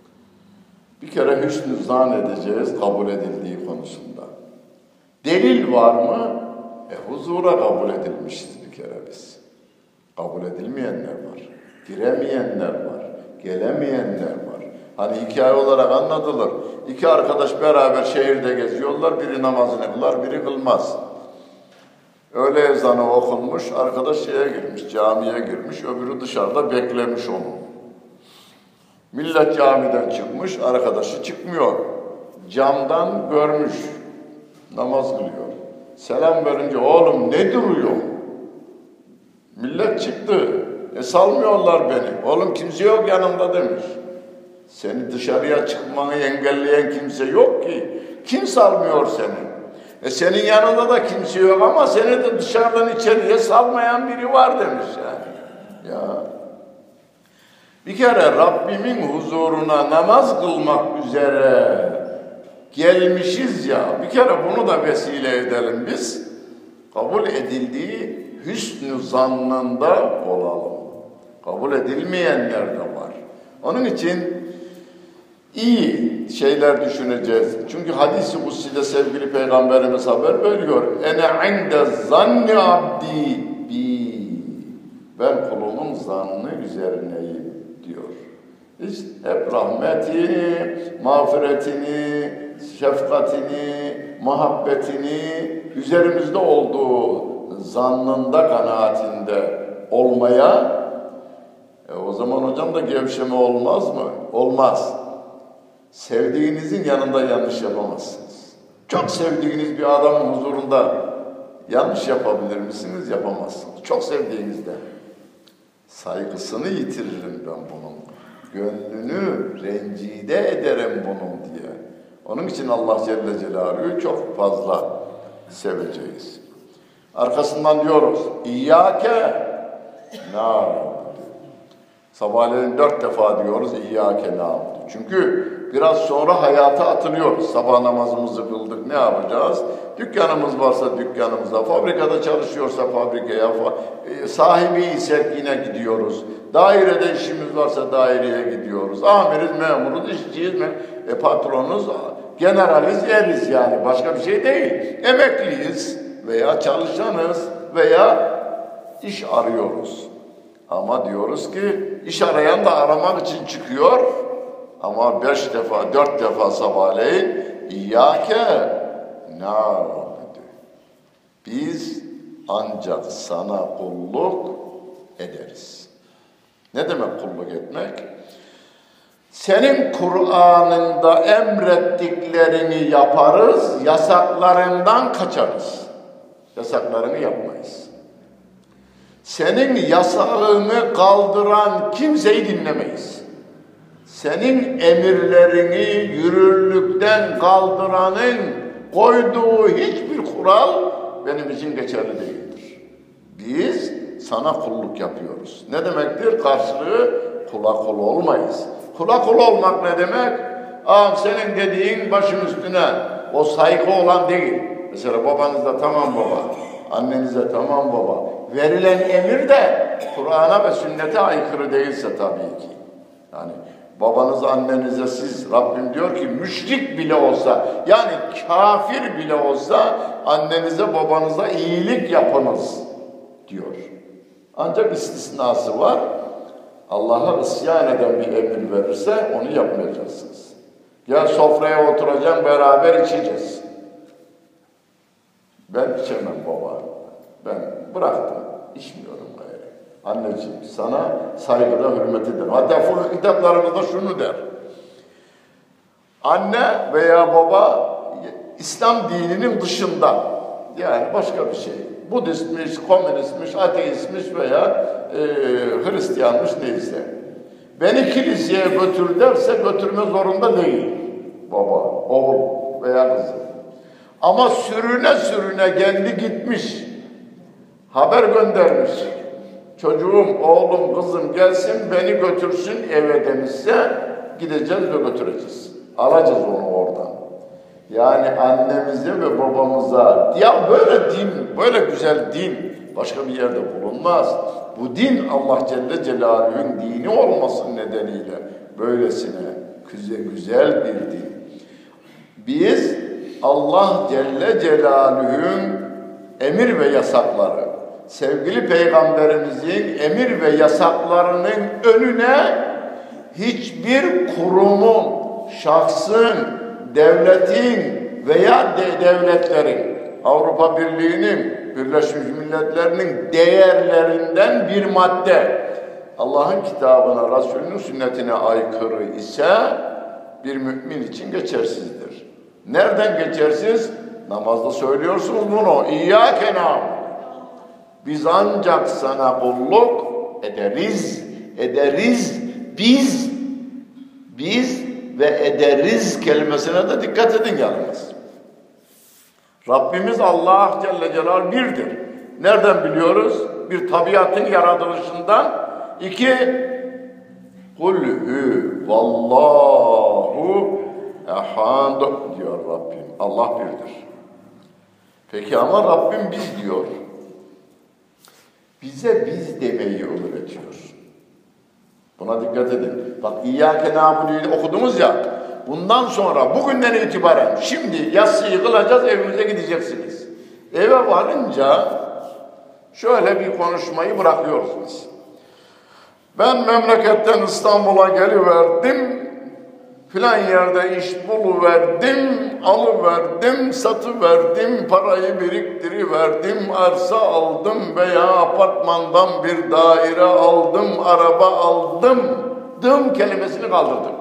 Bir kere hüsnü zan edeceğiz kabul edildiği konusunda. Delil var mı? E huzura kabul edilmişiz bir kere biz. Kabul edilmeyenler var. Giremeyenler var. Gelemeyenler var. Hani hikaye olarak anlatılır. İki arkadaş beraber şehirde geziyorlar. Biri namazını kılar, biri kılmaz. Öğle ezanı okunmuş. Arkadaş şeye girmiş, camiye girmiş. Öbürü dışarıda beklemiş onu. Millet camiden çıkmış. Arkadaşı çıkmıyor. Camdan görmüş. Namaz kılıyor. Selam verince oğlum ne duruyor? Millet çıktı. E salmıyorlar beni. Oğlum kimse yok yanımda demiş. Seni dışarıya çıkmanı engelleyen kimse yok ki. Kim salmıyor seni? E senin yanında da kimse yok ama seni de dışarıdan içeriye salmayan biri var demiş yani. Ya. Bir kere Rabbimin huzuruna namaz kılmak üzere gelmişiz ya. Bir kere bunu da vesile edelim biz. Kabul edildiği hüsnü zannında olalım. Kabul edilmeyenler de var. Onun için iyi şeyler düşüneceğiz. Çünkü hadis-i kutsi'de sevgili Peygamberimiz haber veriyor. Ene inde zanni abdi bi. Ben kulumun zannı üzerineyim diyor. Biz hep rahmetini, mağfiretini, şefkatini, muhabbetini üzerimizde olduğu zannında, kanaatinde olmaya e o zaman hocam da gevşeme olmaz mı? Olmaz. Sevdiğinizin yanında yanlış yapamazsınız. Çok sevdiğiniz bir adamın huzurunda yanlış yapabilir misiniz? Yapamazsınız. Çok sevdiğinizde. Saygısını yitiririm ben bunun. Gönlünü rencide ederim bunun diye. Onun için Allah Celle Celaluhu'yu çok fazla seveceğiz. Arkasından diyoruz. İyyâke nâbudu. Sabahleyin dört defa diyoruz İyyâke nâbudu. Çünkü biraz sonra hayata atılıyoruz. Sabah namazımızı kıldık. Ne yapacağız? Dükkanımız varsa dükkanımıza, fabrikada çalışıyorsa fabrikaya, fa- sahibi isek yine gidiyoruz. Dairede işimiz varsa daireye gidiyoruz. Amiriz, memuruz, işçiyiz, e, patronuz, generaliz, eriz yani. Başka bir şey değil. Emekliyiz veya çalışanız veya iş arıyoruz. Ama diyoruz ki iş arayan da aramak için çıkıyor. Ama beş defa, dört defa sabahleyin İyyâke nâbudu. Biz ancak sana kulluk ederiz. Ne demek kulluk etmek? Senin Kur'an'ında emrettiklerini yaparız, yasaklarından kaçarız. Yasaklarını yapmayız. Senin yasağını kaldıran kimseyi dinlemeyiz. Senin emirlerini yürürlükten kaldıranın koyduğu hiçbir kural benim için geçerli değildir. Biz sana kulluk yapıyoruz. Ne demektir? Karşılığı kula kul olmayız. Kula kul olmak ne demek? Ağam senin dediğin başım üstüne. O saygı olan değil. Mesela babanızda tamam baba, annenize tamam baba. Verilen emir de Kur'an'a ve sünnete aykırı değilse tabii ki. Yani babanız annenize siz, Rabbim diyor ki müşrik bile olsa, yani kafir bile olsa annenize babanıza iyilik yapınız diyor. Ancak istisnası var. Allah'a isyan eden bir emir verirse onu yapmayacaksınız. Gel sofraya oturacağım, beraber içeceğiz. Ben içemem baba. Ben bıraktım. İçmiyorum gayrı. Anneciğim sana saygıda hürmet ederim. Hatta fıkıh kitaplarımızda şunu der. Anne veya baba İslam dininin dışında, yani başka bir şey. Budistmiş, komünistmiş, ateistmiş veya e, Hristiyanmış neyse. Beni kiliseye götür derse götürme zorunda değil baba, oğul veya kızı. Ama sürüne sürüne kendi gitmiş, haber göndermiş. Çocuğum, oğlum, kızım gelsin beni götürsün eve demişse gideceğiz ve götüreceğiz. Alacağız onu oradan. Yani annemize ve babamıza, ya böyle din, böyle güzel din başka bir yerde bulunmaz. Bu din Allah Celle Celaluhu'nun dini olması nedeniyle böylesine güzel, güzel bir din. Biz Allah Celle Celaluhu'nun emir ve yasakları, sevgili Peygamberimizin emir ve yasaklarının önüne hiçbir kurumun, şahsın, devletin veya de devletlerin, Avrupa Birliği'nin, Birleşmiş Milletler'in değerlerinden bir madde Allah'ın kitabına, Resulünün sünnetine aykırı ise bir mümin için geçersizdir. Nereden geçersiz? Namazda söylüyorsunuz bunu. İyyâke na'budu. Biz ancak sana kulluk ederiz, ederiz, biz, biz ve ederiz kelimesine de dikkat edin yalnız. Rabbimiz Allah Celle Celaluhu birdir. Nereden biliyoruz? Bir, tabiatın yaratılışından. İki, kulhü vallahu ehad diyor Rabbim. Allah birdir. Peki ama Rabbim biz diyor. Bize biz demeyi öğretiyor. Buna dikkat edin. Bak İyyâke nâbudu'yu okudunuz ya. Bundan sonra bugünden itibaren şimdi yatsıyı kılacağız, evimize gideceksiniz. Eve varınca şöyle bir konuşmayı bırakıyoruz biz. Ben memleketten İstanbul'a geliverdim. Filan yerde iş buluverdim, alıverdim, satıverdim, parayı biriktiriverdim, arsa aldım veya apartmandan bir daire aldım, araba aldım. Dım kelimesini kaldırdık.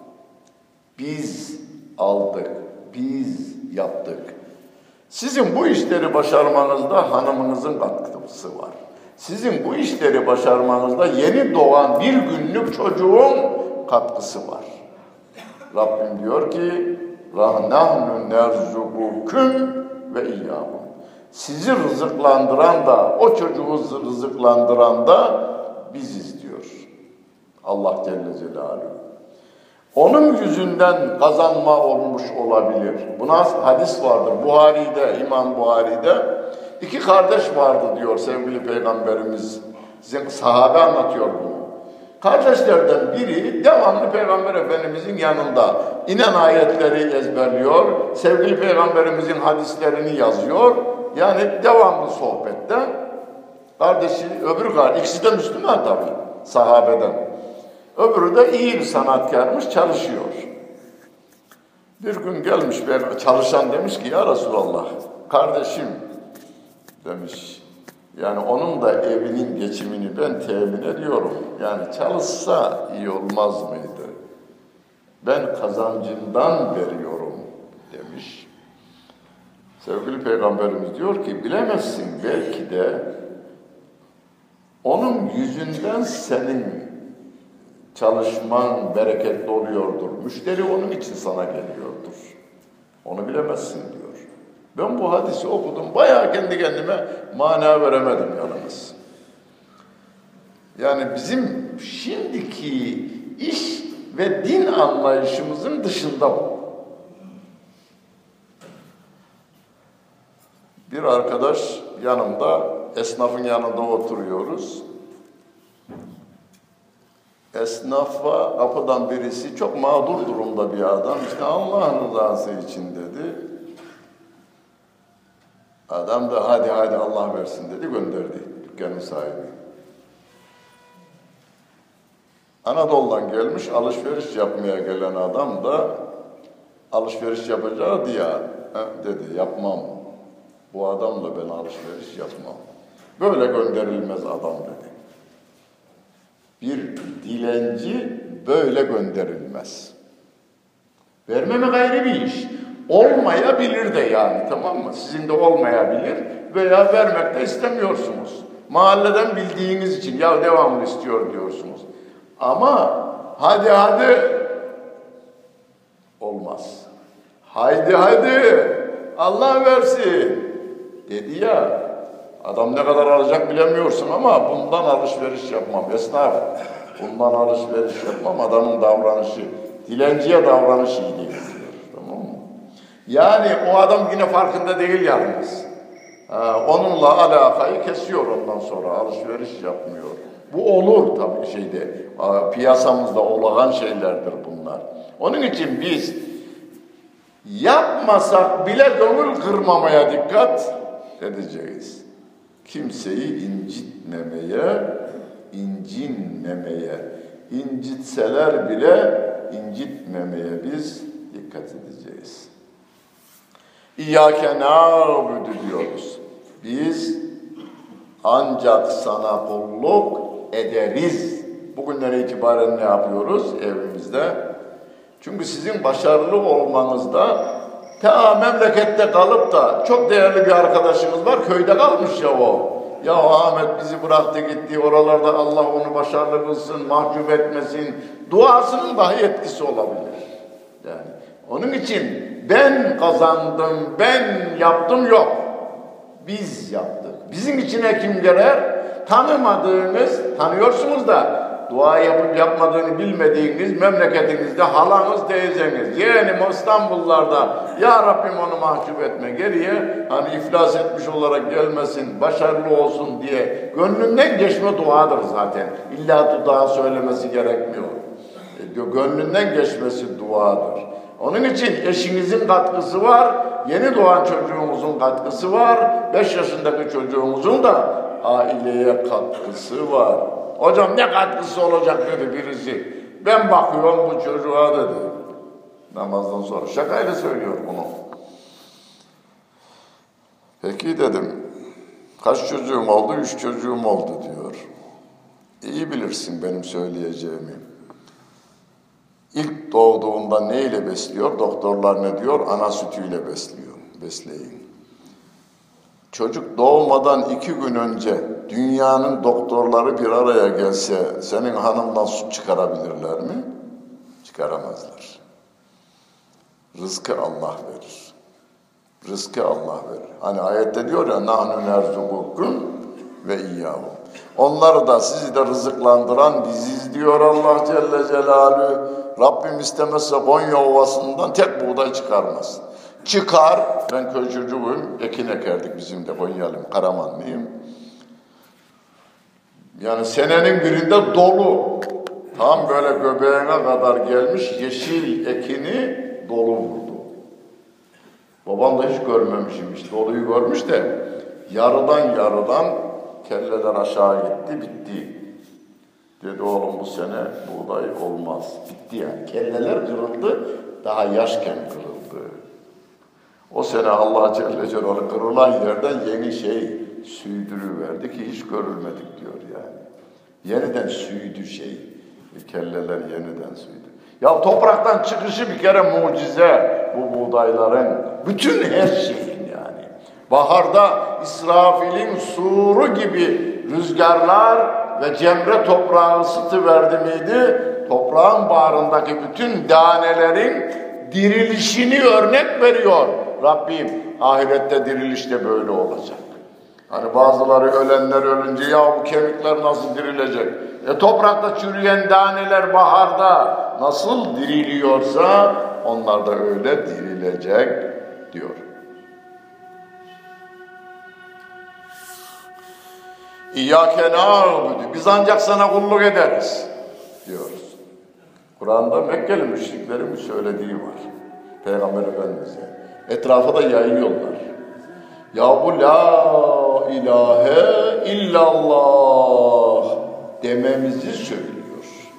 Biz aldık, biz yaptık. Sizin bu işleri başarmanızda hanımınızın katkısı var. Sizin bu işleri başarmanızda yeni doğan bir günlük çocuğun katkısı var. Rabbim diyor ki رَهْنَهْنُ نَرْزُقُكُمْ ve iyyâhum. Sizi rızıklandıran da, o çocuğu rızıklandıran da biziz diyor Allah Celle Celaluhu. Onun yüzünden kazanma olmuş olabilir. Buna hadis vardır. Buhari'de, İmam Buhari'de iki kardeş vardı diyor sevgili Peygamberimiz. Sahabe anlatıyor bunu. Kardeşlerden biri devamlı Peygamber Efendimizin yanında inen ayetleri ezberliyor, sevgili Peygamberimizin hadislerini yazıyor. Yani devamlı sohbette. Kardeşi, öbürü kardeş, ikisi de Müslüman tabii, sahabeden. Öbürü de iyi bir sanatkarmış, çalışıyor. Bir gün gelmiş, çalışan demiş ki, ya Resulallah, kardeşim demiş, yani onun da evinin geçimini ben temin ediyorum. Yani çalışsa iyi olmaz mıydı? Ben kazancımdan veriyorum demiş. Sevgili Peygamberimiz diyor ki, bilemezsin belki de onun yüzünden senin çalışman bereketli oluyordur. Müşteri onun için sana geliyordur. Onu bilemezsin diyor. Ben bu hadisi okudum. Bayağı kendi kendime mana veremedim yalnız. Yani bizim şimdiki iş ve din anlayışımızın dışında bu. Bir arkadaş yanımda, esnafın yanında oturuyoruz. Esnafa kapıdan birisi, çok mağdur durumda bir adam, işte Allah'ın rızası için dedi. Adam da hadi hadi Allah versin dedi, gönderdi dükkanın sahibi. Anadolu'dan gelmiş, alışveriş yapmaya gelen adam da alışveriş yapacağı diye dedi, yapmam. Bu adamla ben alışveriş yapmam. Böyle gönderilmez adam dedi. Bir dilenci böyle gönderilmez. Vermemek ayrı bir iş. Olmayabilir de yani, tamam mı? Sizin de olmayabilir veya vermek de istemiyorsunuz. Mahalleden bildiğiniz için ya devamlı istiyor diyorsunuz. Ama hadi hadi olmaz. Haydi haydi Allah versin dedi ya. Adam ne kadar alacak bilemiyorsun ama bundan alışveriş yapmam esnaf. Bundan alışveriş yapmam, adamın davranışı. Dilenciye davranış iyi değil diyor. Tamam mı? Yani o adam yine farkında değil yalnız. Ha, onunla alakayı kesiyor ondan sonra. Alışveriş yapmıyor. Bu olur tabii şeyde. Piyasamızda olağan şeylerdir bunlar. Onun için biz yapmasak bile gönül kırmamaya dikkat edeceğiz. Kimseyi incitmemeye, incinmemeye, incitseler bile incitmemeye biz dikkat edeceğiz. İyyâke na'budu diyoruz. Biz ancak sana kulluk ederiz. Bugünden itibaren ne yapıyoruz evimizde? Çünkü sizin başarılı olmanızda ta memlekette kalıp da çok değerli bir arkadaşınız var, köyde kalmış ya o. Ya Ahmet bizi bıraktı gitti, oralarda Allah onu başarılı kılsın, mahcup etmesin. Duasının dahi etkisi olabilir. Yani onun için ben kazandım, ben yaptım yok. Biz yaptık. Bizim içine kim girer? Tanımadığınız, tanıyorsunuz da dua yapıp yapmadığını bilmediğiniz memleketinizde halanız, teyzeniz, yeğenim İstanbullarda, ya Rabbim onu mahcup etme, geriye hani iflas etmiş olarak gelmesin, başarılı olsun diye gönlünden geçme duadır zaten. İlla dudağa söylemesi gerekmiyor. E, gönlünden geçmesi duadır. Onun için eşinizin katkısı var, yeni doğan çocuğumuzun katkısı var, beş yaşındaki çocuğumuzun da aileye katkısı var. Hocam ne katkısı olacak dedi birisi. Ben bakıyorum bu çocuğa dedi. Namazdan sonra. Şakayla söylüyor bunu. Peki dedim. Kaç çocuğum oldu? Üç çocuğum oldu diyor. İyi bilirsin benim söyleyeceğimi. İlk doğduğunda neyle besliyor? Doktorlar ne diyor? Ana sütüyle besliyor. Besleyin. Çocuk doğmadan iki gün önce dünyanın doktorları bir araya gelse senin hanımdan süt çıkarabilirler mi? Çıkaramazlar. Rızkı Allah verir. Rızkı Allah verir. Hani ayette diyor ya nahnu nerzukukum ve iyyahum. Onları da sizi de rızıklandıran biziz diyor Allah Celle Celaluhu. Rabbim istemezse Konya Ovası'ndan tek buğday çıkarmaz. Çıkar, ben köy çocuğuyum, ekin ekerdik bizim de Konyalıyım, Karamanlıyım. Yani senenin birinde dolu, tam böyle göbeğine kadar gelmiş yeşil ekini dolu vurdu. Babam da hiç görmemişim, işte doluyu görmüş de yarıdan yarıdan kelleler aşağı gitti, bitti. Dedi oğlum bu sene buğday olmaz, bitti yani. Kelleler kırıldı, daha yaşken kırıldı. O sene Allah Celle Celaluhu kırılan yerden yeni şey süydürüverdi ki hiç görülmedik diyor yani. Yeniden süydü şey. Kelleler yeniden süydü. Ya topraktan çıkışı bir kere mucize bu buğdayların. Bütün her şeyin yani. Baharda İsrafil'in suru gibi rüzgarlar ve cemre toprağı ısıtıverdi miydi? Toprağın bağrındaki bütün danelerin dirilişini örnek veriyor. Rabbim ahirette diriliş de böyle olacak. Hani bazıları ölenler ölünce ya bu kemikler nasıl dirilecek? E toprakta çürüyen daneler baharda nasıl diriliyorsa onlar da öyle dirilecek diyor. İyyâke na'budu. Biz ancak sana kulluk ederiz diyoruz. Kur'an'da Mekkeli müşriklerin bir söylediği var. Peygamber Efendimiz'e. Etrafa da yayıyorlar. Ya bu la ilahe illallah dememizi söylüyor.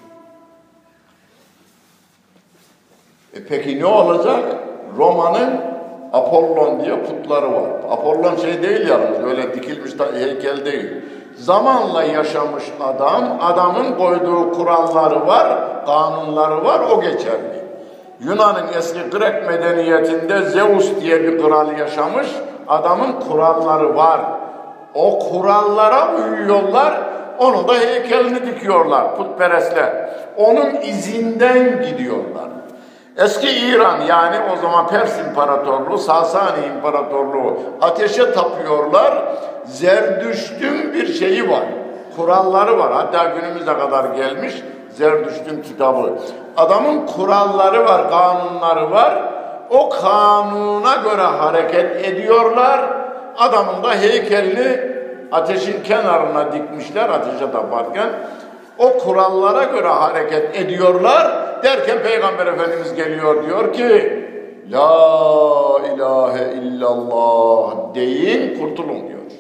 E peki ne olacak? Roma'nın Apollon diye putları var. Apollon şey değil yalnız, öyle dikilmiş heykel değil. Zamanla yaşamış adam, adamın koyduğu kuralları var, kanunları var, o geçerli. Yunan'ın eski Grek medeniyetinde Zeus diye bir kral yaşamış. Adamın kuralları var. O kurallara uyuyorlar. Onun da heykelini dikiyorlar putperestler. Onun izinden gidiyorlar. Eski İran, yani o zaman Pers İmparatorluğu, Sasani İmparatorluğu ateşe tapıyorlar. Zerdüşt'ün bir şeyi var. Kuralları var. Hatta günümüze kadar gelmiş Zerdüşt'ün kitabı. Adamın kuralları var, kanunları var. O kanuna göre hareket ediyorlar. Adamın da heykelini ateşin kenarına dikmişler ateşe taparken. O kurallara göre hareket ediyorlar. Derken Peygamber Efendimiz geliyor, diyor ki La ilahe illallah deyin, kurtulun diyor.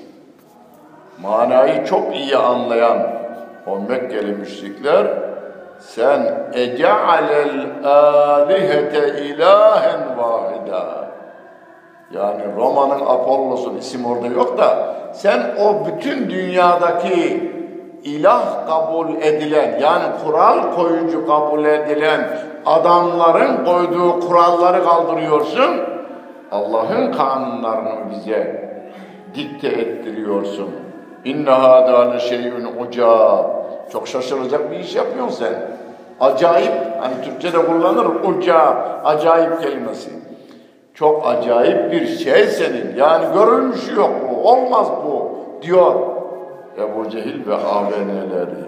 Manayı çok iyi anlayan o Mekkeli müşrikler, sen ece'alel âlihete ilahen vâhida, yani Roma'nın Apollos'un, isim orada yok da, sen o bütün dünyadaki ilah kabul edilen, yani kural koyucu kabul edilen adamların koyduğu kuralları kaldırıyorsun, Allah'ın kanunlarını bize dikte ettiriyorsun. İnne hâdâ leşeyyün ucâb. Çok şaşıracak bir iş yapıyorsun sen. Acayip, hani Türkçe'de kullanır ucâb, acayip kelimesi. Çok acayip bir şey senin, yani görülmüş yok bu, olmaz bu diyor Ebu Cehil ve âveneleri.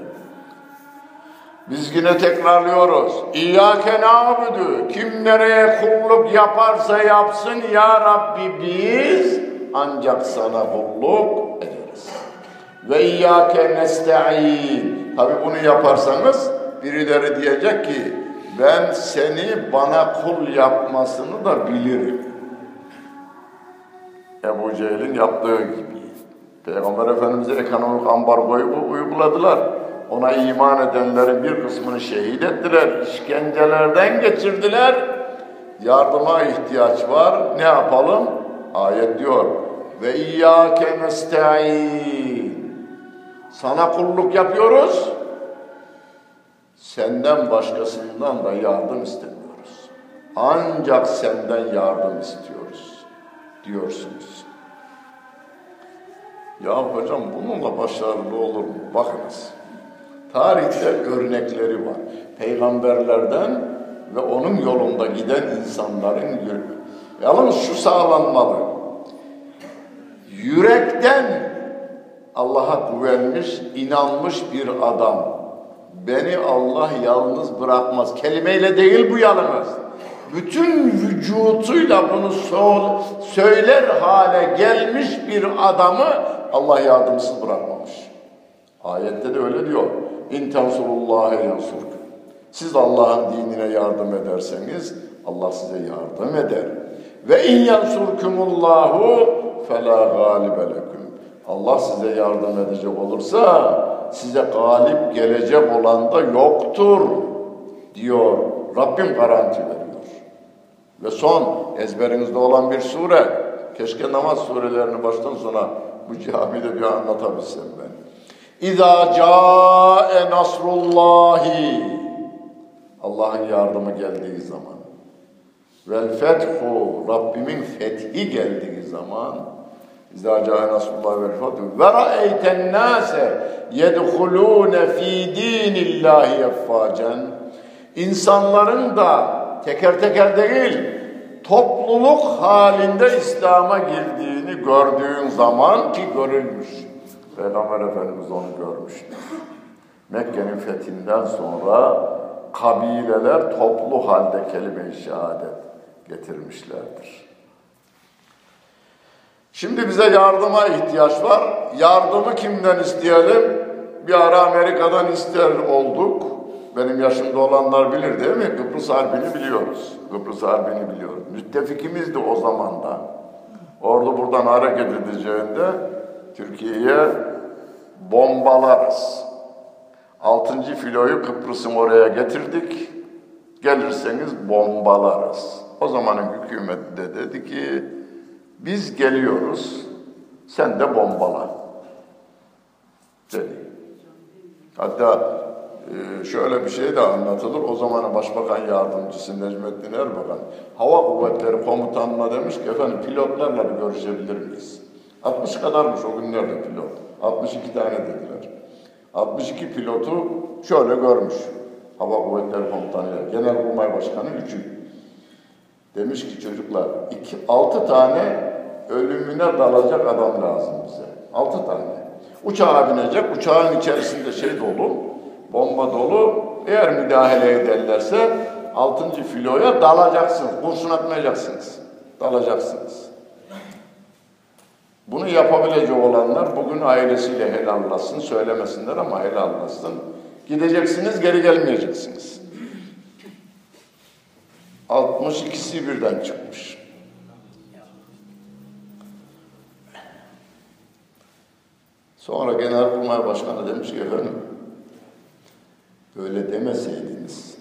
Biz yine tekrarlıyoruz. İyyâke na'budu. Kim nereye kulluk yaparsa yapsın ya Rabbi, biz ancak sana kulluk ederiz. Ve iyyâke nesta'in. Tabi bunu yaparsanız birileri diyecek ki ben seni bana kul yapmasını da bilirim. Ebu Cehil'in yaptığı gibi. Peygamber Efendimiz'e ekonomik ambargoyu uyguladılar. Ona iman edenlerin bir kısmını şehit ettiler. İşkencelerden geçirdiler. Yardıma ihtiyaç var. Ne yapalım? Ayet diyor. Ve iyyâke nesta'in. Sana kulluk yapıyoruz. Senden başkasından da yardım istemiyoruz. Ancak senden yardım istiyoruz diyorsunuz. Ya hocam bununla başarılı olur mu? Bakınız. Tarihte örnekleri var. Peygamberlerden ve onun yolunda giden insanların yürü. Yalnız şu sağlanmalı. Yürekten Allah'a güvenmiş, inanmış bir adam. Beni Allah yalnız bırakmaz. Kelimeyle değil bu yalnız. Bütün vücutuyla bunu söyler hale gelmiş bir adamı Allah yardımsız bırakmamış. Ayette de öyle diyor. İn tensurullâhe yansurk. Siz Allah'ın dinine yardım ederseniz Allah size yardım eder. Ve in yansurkumullahu felâ gâlibe leküm. Allah size yardım edecek olursa size galip gelecek olan da yoktur diyor. Rabbim garanti veriyor. Ve son ezberinizde olan bir sure. Keşke namaz surelerini baştan sona bu camide bir anlatabilsem ben. İzâ câe nasrullâhi. Allah'ın yardımı geldiği zaman. Vel fethu. Rabbimin fethi geldiği zaman. İzâ câe nasrullâhi vel fethu. Ve ra'eyten nâse yedhulûne fî dînillâhi effâcen. İnsanların da teker teker değil, topluluk halinde İslam'a girdiğini gördüğün zaman ki görülmüş. Peygamber Efendimiz onu görmüştür. Mekke'nin fethinden sonra kabileler toplu halde kelime-i şehadet getirmişlerdir. Şimdi bize yardıma ihtiyaç var. Yardımı kimden isteyelim? Bir ara Amerika'dan ister olduk. Benim yaşımda olanlar bilir değil mi? Kıbrıs Harbi'ni biliyoruz. Kıbrıs Harbi'ni biliyoruz. Müttefikimizdi o zaman da. Ordu buradan hareket edeceğinde Türkiye'ye bombalarız. Altıncı filoyu Kıbrıs'ın oraya getirdik. Gelirseniz bombalarız. O zamanın hükümeti de dedi ki biz geliyoruz, sen de bombala dedi. Hatta e, şöyle bir şey de anlatılır. O zamanın Başbakan Yardımcısı Necmettin Erbakan, Hava Kuvvetleri Komutanı'na demiş ki efendim pilotlarla bir görüşebilir miyiz? altmış kadarmış o günlerde pilot. altmış iki tane dediler. altmış iki pilotu şöyle görmüş. Hava Kuvvetleri Komutanı'yla. Genelkurmay Başkanı üçü. Demiş ki çocuklar, iki, altı tane ölümüne dalacak adam lazım bize. Altı tane. Uçağa binecek, uçağın içerisinde şey dolu, bomba dolu. Eğer müdahale ederlerse altıncı filoya dalacaksınız. Kurşun atmayacaksınız. Dalacaksınız. Bunu yapabilecek olanlar bugün ailesiyle helallasın, söylemesinler ama helallasın. Gideceksiniz, geri gelmeyeceksiniz. altmış ikisi birden çıkmış. Sonra Genelkurmay Başkanı demiş ki efendim, böyle demeseydiniz,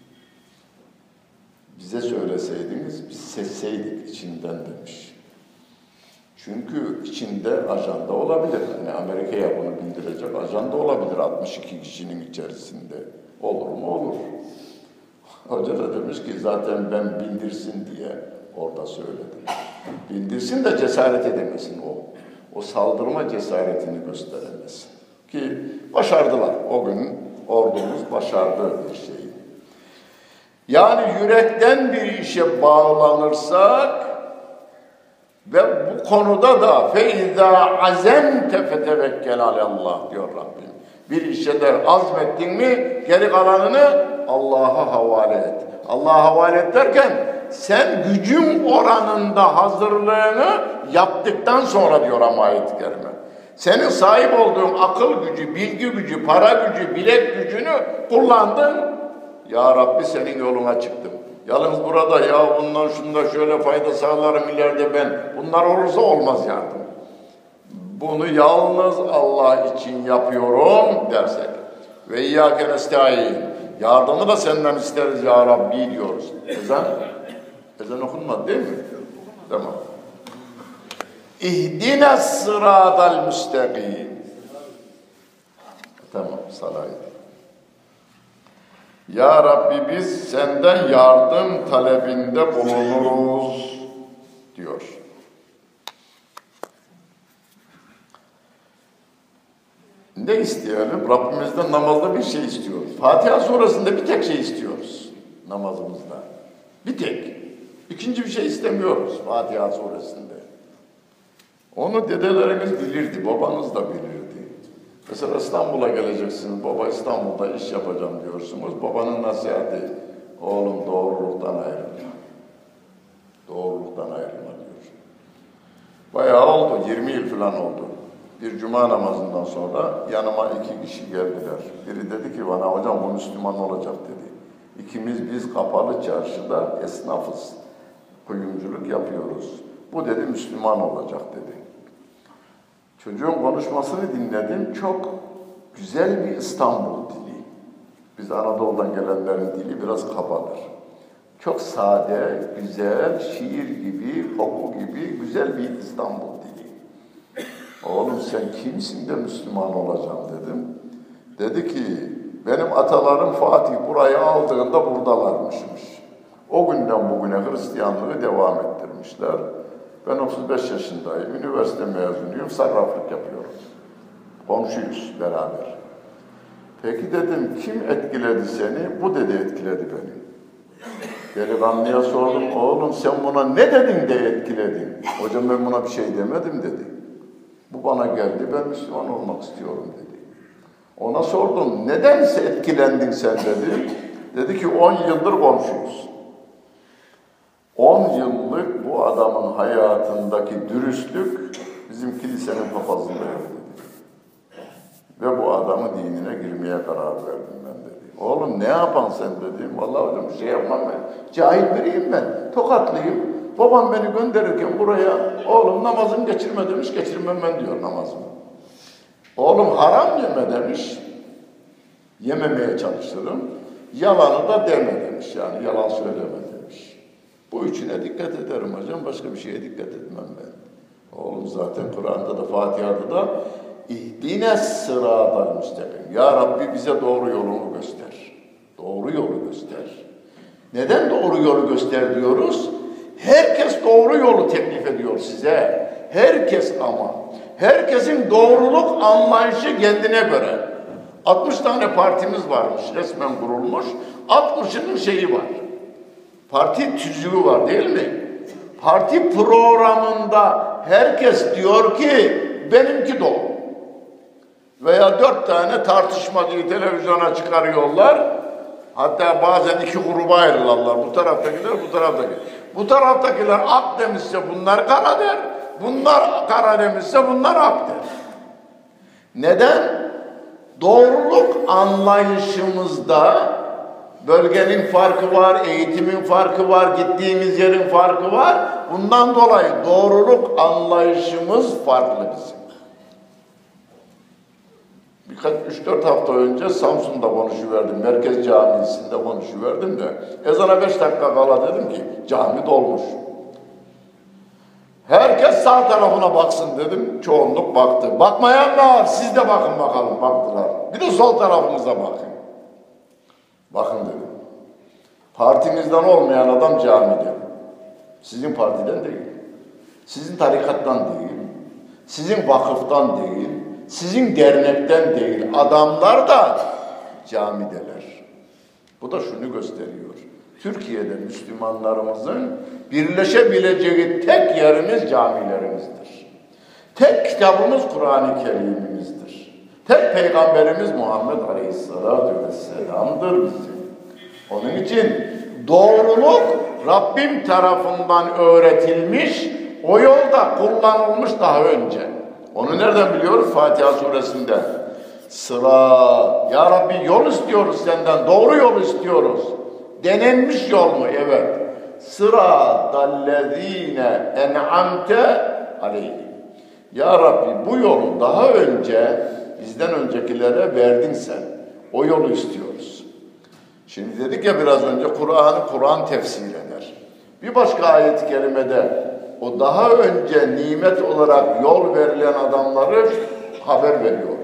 bize söyleseydiniz, biz sesseydik içinden demiş. Çünkü içinde ajanda olabilir. Yani Amerika'ya bunu bildirecek ajanda olabilir altmış iki kişinin içerisinde. Olur mu? Olur. Hoca da demiş ki zaten ben bildirsin diye orada söyledim. Bildirsin de cesaret edemesin o. O saldırma cesaretini gösteremesin. Ki başardılar. O gün ordumuz başardı bir şeyi. Yani yürekten bir işe bağlanırsak ve bu konuda da فَاِذَا عَزَمْتَ فَتَوَكَّلْ عَلَى اللّٰهِ diyor Rabbim. Bir işe de azmettin mi geri kalanını Allah'a havale et. Allah'a havale et derken sen gücün oranında hazırlığını yaptıktan sonra diyor ama ayet-i kerime. Senin sahip olduğun akıl gücü, bilgi gücü, para gücü, bilek gücünü kullandın. Ya Rabbi senin yoluna çıktım. Yalnız burada ya bundan şunda şöyle fayda sağlarım ileride ben. Bunlar olursa olmaz yardım. Bunu yalnız Allah için yapıyorum dersek. Ve iyyâke nestaîn. Yardımı da senden isteriz ya Rabbi diyoruz. Ezan, ezan okunmadı değil mi? Tamam. İhdine sıradal müstakîm. Tamam, salayım. Ya Rabbi biz senden yardım talebinde bulunuruz diyor. Ne isteyelim? Rabbimizden namazda bir şey istiyoruz. Fatiha sonrasında bir tek şey istiyoruz namazımızda. Bir tek. İkinci bir şey istemiyoruz Fatiha sonrasında. Onu dedelerimiz bilirdi, babanız da bilirdi. Mesela İstanbul'a geleceksiniz, baba İstanbul'da iş yapacağım diyorsunuz. Babanın nasihati, oğlum doğruluktan ayrılma. Doğruluktan ayrılma diyor. Bayağı oldu, yirmi yıl falan oldu. Bir cuma namazından sonra yanıma iki kişi geldiler. Biri dedi ki bana, hocam bu Müslüman olacak dedi. İkimiz biz kapalı çarşıda esnafız. Kuyumculuk yapıyoruz. Bu dedi Müslüman olacak dedi. Çocuğun konuşmasını dinledim. Çok güzel bir İstanbul dili. Biz Anadolu'dan gelenlerin dili biraz kabadır. Çok sade, güzel, şiir gibi, koku gibi güzel bir İstanbul dili. Oğlum sen kimsin de Müslüman olacağım dedim. Dedi ki benim atalarım Fatih burayı aldığında buradalarmışmış. O günden bugüne Hristiyanlığı devam ettirmişler. Ben otuz beş yaşındayım, üniversite mezunuyum, sarraflık yapıyorum. Komşuyuz beraber. Peki dedim, kim etkiledi seni? Bu dedi etkiledi beni. Delikanlıya sordum, oğlum sen buna ne dedin de etkiledin? Hocam ben buna bir şey demedim dedi. Bu bana geldi, ben Müslüman olmak istiyorum dedi. Ona sordum, nedense etkilendin sen dedi. Dedi ki on yıldır komşuyuz. On yıllık bu adamın hayatındaki dürüstlük bizim kilisenin papazında yok dedi. Ve bu adamı dinine girmeye karar verdim ben dedi. Oğlum ne yapan sen dedim. Vallahi hocam bir şey yapmam ben. Cahil biriyim ben. Tokatlıyım. Babam beni gönderirken buraya oğlum namazını geçirme demiş. Geçirmem ben diyor namazımı. Oğlum haram yeme demiş. Yememeye çalışırım. Yalanı da deme demiş. Yani yalan söyleme demiş. Bu üçüne dikkat ederim hocam. Başka bir şeye dikkat etmem ben. Oğlum zaten Kur'an'da da Fatiha'da da İhdine sıratal müstakim. Ya Rabbi bize doğru yolunu göster. Doğru yolu göster. Neden doğru yolu göster diyoruz? Herkes doğru yolu teklif ediyor size. Herkes ama. Herkesin doğruluk anlayışı kendine göre. altmış tane partimiz varmış, resmen kurulmuş. altmışının şeyi var. Parti tüzüğü var değil mi? Parti programında herkes diyor ki benimki doğru. Veya dört tane tartışma diye televizyona çıkarıyorlar. Hatta bazen iki gruba ayrılarlar. Bu taraftakiler, bu taraftakiler. Bu taraftakiler ak demişse bunlar kara der. Bunlar kara demişse bunlar ak der. Neden? Doğruluk anlayışımızda bölgenin farkı var, eğitimin farkı var, gittiğimiz yerin farkı var. Bundan dolayı doğruluk anlayışımız farklı bizim. Birkaç, üç dört hafta önce Samsun'da konuşuverdim, Merkez Camisi'nde konuşuverdim de ezana beş dakika kala dedim ki cami dolmuş. Herkes sağ tarafına baksın dedim, çoğunluk baktı. Bakmayanlar siz de bakın bakalım, baktılar. Bir de sol tarafımıza bakın. Bakın dedim. Partimizden olmayan adam camide. Sizin partiden değil. Sizin tarikattan değil. Sizin vakıftan değil. Sizin dernekten değil. Adamlar da camideler. Bu da şunu gösteriyor. Türkiye'de Müslümanlarımızın birleşebileceği tek yerimiz camilerimizdir. Tek kitabımız Kur'an-ı Kerim'imizdir. Tek peygamberimiz Muhammed Aleyhisselatü Vesselam'dır bizim. Onun için doğruluk Rabbim tarafından öğretilmiş, o yolda kullanılmış daha önce. Onu nereden biliyoruz? Fatiha suresinde. Sıra, ya Rabbi yol istiyoruz senden, doğru yol istiyoruz. Denenmiş yol mu? Evet. Sıratallezine en'amte aleyhim. Ya Rabbi bu yolu daha önce bizden öncekilere verdin sen. O yolu istiyoruz. Şimdi dedik ya biraz önce Kur'an'ı Kur'an tefsir eder. Bir başka ayet-i kerimede o daha önce nimet olarak yol verilen adamları haber veriyor.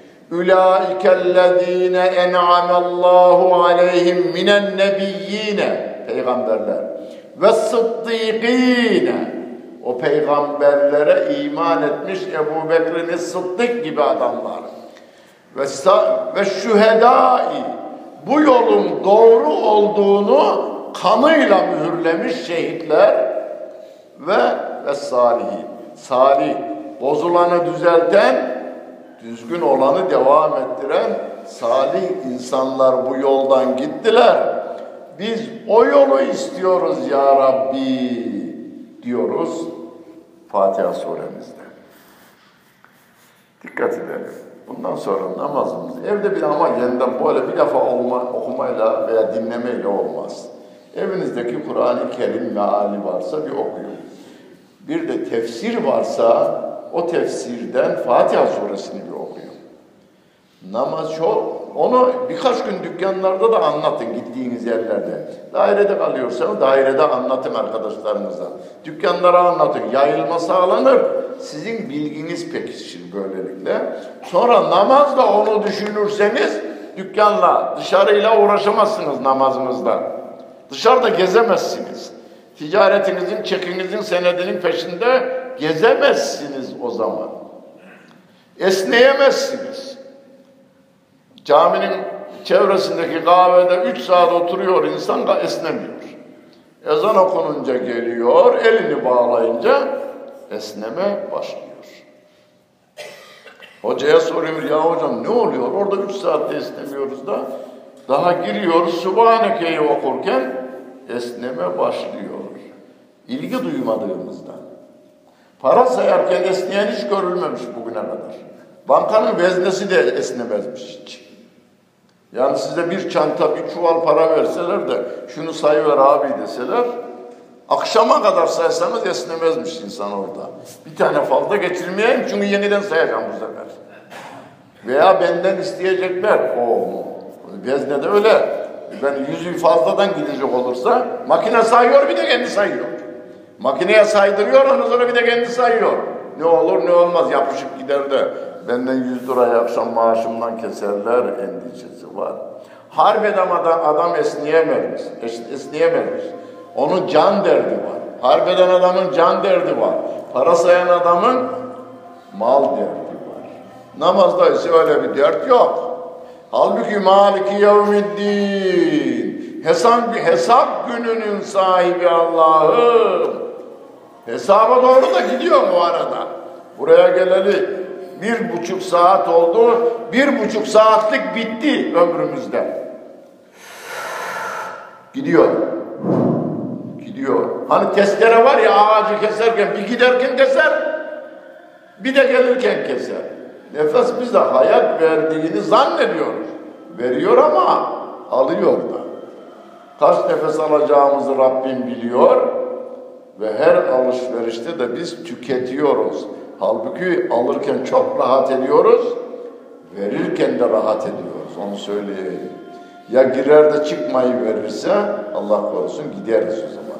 Ulaikellezine en'amallahu aleyhim minen nebiyyine, peygamberler, ve sıddıkine, o peygamberlere iman etmiş Ebu Bekir'in Sıddık gibi adamlar, ve ve şühedai, bu yolun doğru olduğunu kanıyla mühürlemiş şehitler ve ve salihin, salih, bozulanı düzelten, düzgün olanı devam ettiren salih insanlar bu yoldan gittiler. Biz o yolu istiyoruz ya Rabbi diyoruz Fatiha suremizde. Dikkat edelim. Bundan sonra namazımız evde bir ama yeniden böyle bir defa olma, okumayla veya dinlemeyle olmaz. Evinizdeki Kur'an-ı Kerim meali varsa bir okuyun. Bir de tefsir varsa o tefsirden Fatiha suresini bir okuyun. Namaz çok, onu birkaç gün dükkanlarda da anlatın gittiğiniz yerlerde. Dairede kalıyorsanız dairede anlatın arkadaşlarınıza. Dükkanlara anlatın, yayılma sağlanır. Sizin bilginiz pekişir böylelikle. Sonra namazda onu düşünürseniz dükkanla, dışarıyla uğraşamazsınız namazınızda. Dışarıda gezemezsiniz. Ticaretinizin, çekinizin, senedinin peşinde gezemezsiniz o zaman. Esneyemezsiniz. Caminin çevresindeki kahvede üç saat oturuyor insan da esnemiyor. Ezan okununca geliyor, elini bağlayınca esneme başlıyor. Hocaya soruyor, ya hocam ne oluyor? Orada üç saatte esnemiyoruz da daha giriyoruz, Sübhaneke'yi okurken esneme başlıyor. İlgi duymadığımızdan. Para sayarken esneyen hiç görülmemiş bugüne kadar. Bankanın veznesi de esnemezmiş hiç. Yani size bir çanta, bir çuval para verseler de şunu sayıver abi deseler, akşama kadar saysanız esnemezmiş insan orada. Bir tane fazla geçirmeyeyim çünkü yeniden sayacağım bu sefer. Veya benden isteyecekler. O veznede öyle. Ben yüzü fazladan gidecek olursa makine sayıyor bir de kendi sayıyor. Makineye saydırıyor ondan sonra bir de kendi sayıyor. Ne olur ne olmaz yapışık gider de benden yüz lirayı akşam maaşımdan keserler endişesi var. Harp eden adam, adam esneyemez, esneyemez. Onun can derdi var. Harp eden adamın can derdi var. Para sayan adamın mal derdi var. Namazda ise öyle bir dert yok. Halbuki Maliki Yevmiddin, hesap, hesap gününün sahibi Allah'ım. Hesaba doğru da gidiyor bu arada. Buraya geleli bir buçuk saat oldu. Bir buçuk saatlik bitti ömrümüzde. Gidiyor. Gidiyor. Hani testere var ya, ağacı keserken bir giderken keser, bir de gelirken keser. Nefes bize hayat verdiğini zannediyoruz. Veriyor ama alıyor da. Kaç nefes alacağımızı Rabbim biliyor ve her alışverişte de biz tüketiyoruz. Halbuki alırken çok rahat ediyoruz, verirken de rahat ediyoruz. Onu söyleyeyim. Ya girer de çıkmayı verirse Allah korusun gideriz o zaman.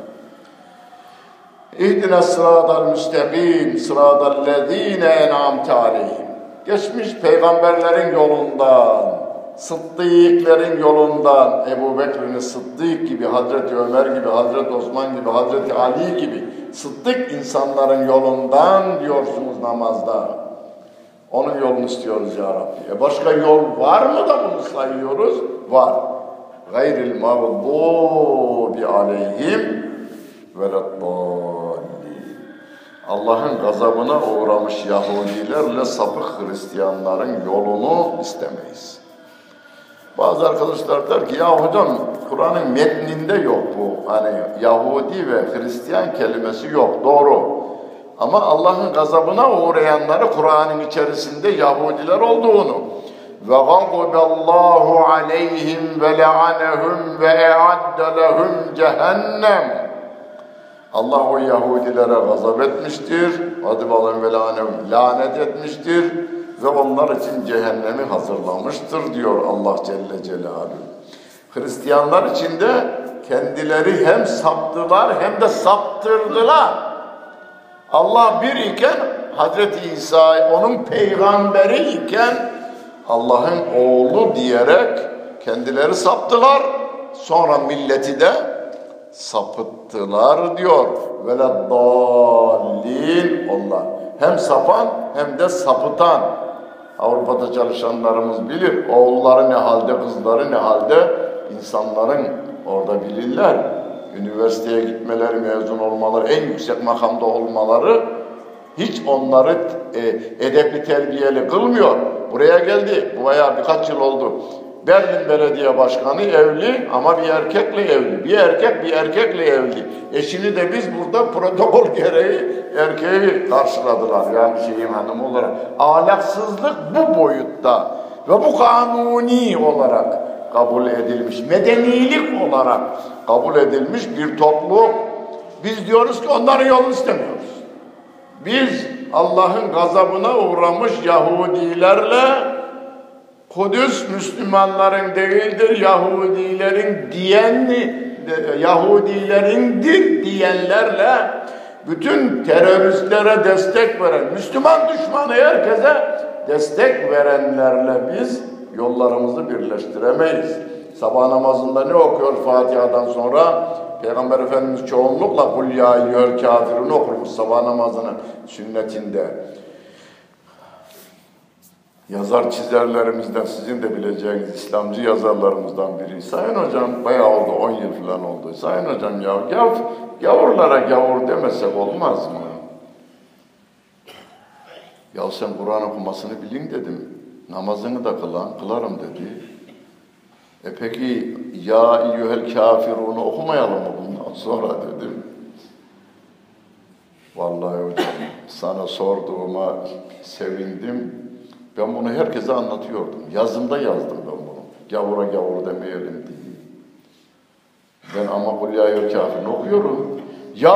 İhdina sıratal müstakim, sıratal lezine en'amte aleyhim. Geçmiş peygamberlerin yolundan, sıddıklerin yolundan, Ebu Bekir'in Sıddık gibi, Hazreti Ömer gibi, Hazreti Osman gibi, Hazreti Ali gibi sıddık insanların yolundan diyorsunuz namazda. Onun yolunu istiyoruz ya Rabbi. E başka yol var mı da bunu sayıyoruz? Var. Gayril mağdubi aleyhim veleddallin. Allah'ın gazabına uğramış Yahudilerle sapık Hristiyanların yolunu istemeyiz. Bazı arkadaşlar der ki ya hocam Kur'an'ın metninde yok bu. Hani Yahudi ve Hristiyan kelimesi yok. Doğru. Ama Allah'ın gazabına uğrayanları Kur'an'ın içerisinde Yahudiler olduğunu ve gadaballahu aleyhim ve le'anehum ve e'adde lehum cehennem. Allah o Yahudilere gazap etmiştir. Gadaballahu ve le'anehum lanet etmiştir ve onlar için cehennemi hazırlamıştır diyor Allah Celle Celaluhu. Hristiyanlar için de kendileri hem saptılar hem de saptırdılar. Allah bir iken Hazreti İsa onun peygamberi iken Allah'ın oğlu diyerek kendileri saptılar. Sonra milleti de sapıttılar diyor. Veleddallin onlar. Hem sapan hem de sapıtan. Avrupa'da çalışanlarımız bilir. Oğulları ne halde, kızları ne halde, insanların orada bilirler. Üniversiteye gitmeleri, mezun olmaları, en yüksek makamda olmaları hiç onları e, edepli, terbiyeli kılmıyor. Buraya geldi, bu bayağı birkaç yıl oldu. Berlin Belediye Başkanı evli ama bir erkekle evli. Bir erkek bir erkekle evli. Eşini de biz burada protokol gereği erkeği karşıladılar. Yani şeyin hanımı olarak. Ahlaksızlık bu boyutta ve bu kanuni olarak kabul edilmiş. Medenilik olarak kabul edilmiş bir toplum. Biz diyoruz ki onların yolunu istemiyoruz. Biz Allah'ın gazabına uğramış Yahudilerle Kudüs Müslümanların değildir, Yahudilerin diyenli, Yahudilerindir diyenlerle bütün teröristlere destek veren, Müslüman düşmanı herkese destek verenlerle biz yollarımızı birleştiremeyiz. Sabah namazında ne okuyor Fatiha'dan sonra? Peygamber Efendimiz çoğunlukla kul ya eyyühel kafirun okurmuş sabah namazının sünnetinde. Yazar çizerlerimizden, sizin de bileceğiniz İslamcı yazarlarımızdan biri. Sayın hocam, bayağı oldu, on yıl falan oldu. Sayın hocam ya, gav, gavurlara gavur demesek olmaz mı? Ya sen Kur'an okumasını bilin dedim. Namazını da kılan, kılarım dedi. E peki ya eyyühel kafirunu okumayalım mı bundan sonra dedim. Vallahi hocam sana sorduğuma sevindim. Ben bunu herkese anlatıyordum. Yazımda yazdım ben bunu. Gavura gavur demeyelim diye. Ben ama kul ya eyyühel kafirini okuyorum. Ya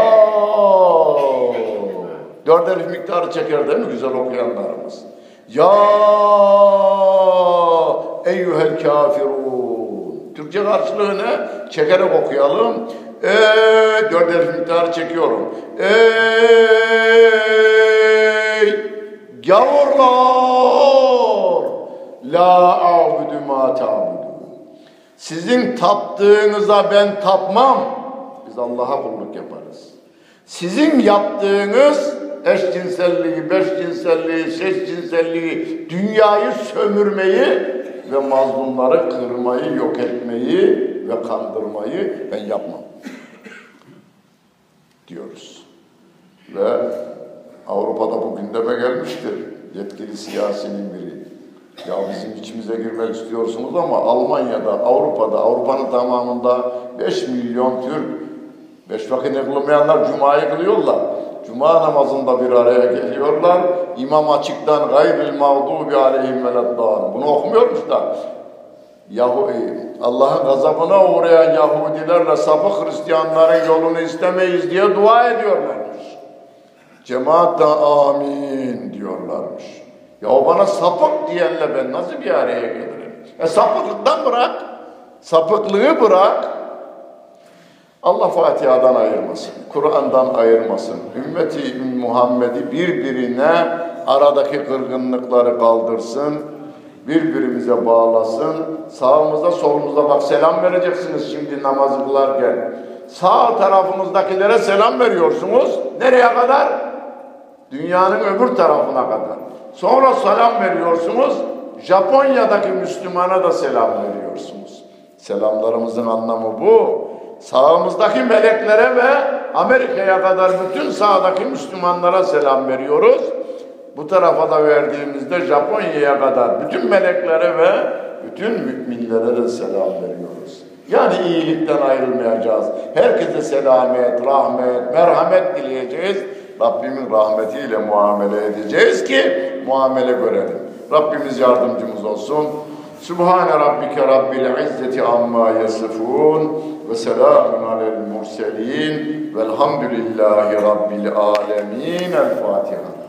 dört elif miktarı çeker değil mi güzel okuyanlarımız? Ya eyyühel kafirun. Türkçe karşılığı ne? Çekerek okuyalım. Eee dört elif miktarı çekiyorum. Ey Gavurlar! La a'budu ma ta'budu. Sizin taptığınıza ben tapmam. Biz Allah'a kulluk yaparız. Sizin yaptığınız eşcinselliği, beşcinselliği, seçcinselliği, dünyayı sömürmeyi ve mazlumları kırmayı, yok etmeyi ve kandırmayı ben yapmam diyoruz. Ve Avrupa'da bu gündeme gelmiştir. Yetkili siyasinin biri. Ya bizim içimize girmek istiyorsunuz ama Almanya'da, Avrupa'da, Avrupa'nın tamamında beş milyon Türk, beş vakit kılmayanlar Cuma'yı kılıyorlar. Cuma namazında bir araya geliyorlar. İmam açıktan gayril mağdubi aleyhim veleddâlin. Bunu okumuyormuş da. Yahu Allah'ın gazabına uğrayan Yahudilerle sapık Hristiyanların yolunu istemeyiz diye dua ediyorlarmış. Cemaat da amin diyorlarmış. Ya o bana sapık diyenle ben nasıl bir araya gelirim? E sapıklıktan bırak. Sapıklığı bırak. Allah Fatiha'dan ayırmasın. Kur'an'dan ayırmasın. Ümmeti Muhammed'i birbirine aradaki kırgınlıkları kaldırsın. Birbirimize bağlasın. Sağımıza solumuza bak selam vereceksiniz şimdi namazı kılarken. Sağ tarafınızdakilere selam veriyorsunuz. Nereye kadar? Dünyanın öbür tarafına kadar. Sonra selam veriyorsunuz. Japonya'daki Müslümana da selam veriyorsunuz. Selamlarımızın anlamı bu. Sağımızdaki meleklere ve Amerika'ya kadar bütün sağdaki Müslümanlara selam veriyoruz. Bu tarafa da verdiğimizde Japonya'ya kadar bütün meleklere ve bütün müminlere de selam veriyoruz. Yani iyilikten ayrılmayacağız. Herkese selamet, rahmet, merhamet dileyeceğiz. Rabbimin rahmetiyle muamele edeceğiz ki muamele görelim. Rabbimiz yardımcımız olsun. Sübhane Rabbike Rabbil İzzeti amma yasifun ve selamun alel murselin velhamdülillahi Rabbil alemin. El Fatiha.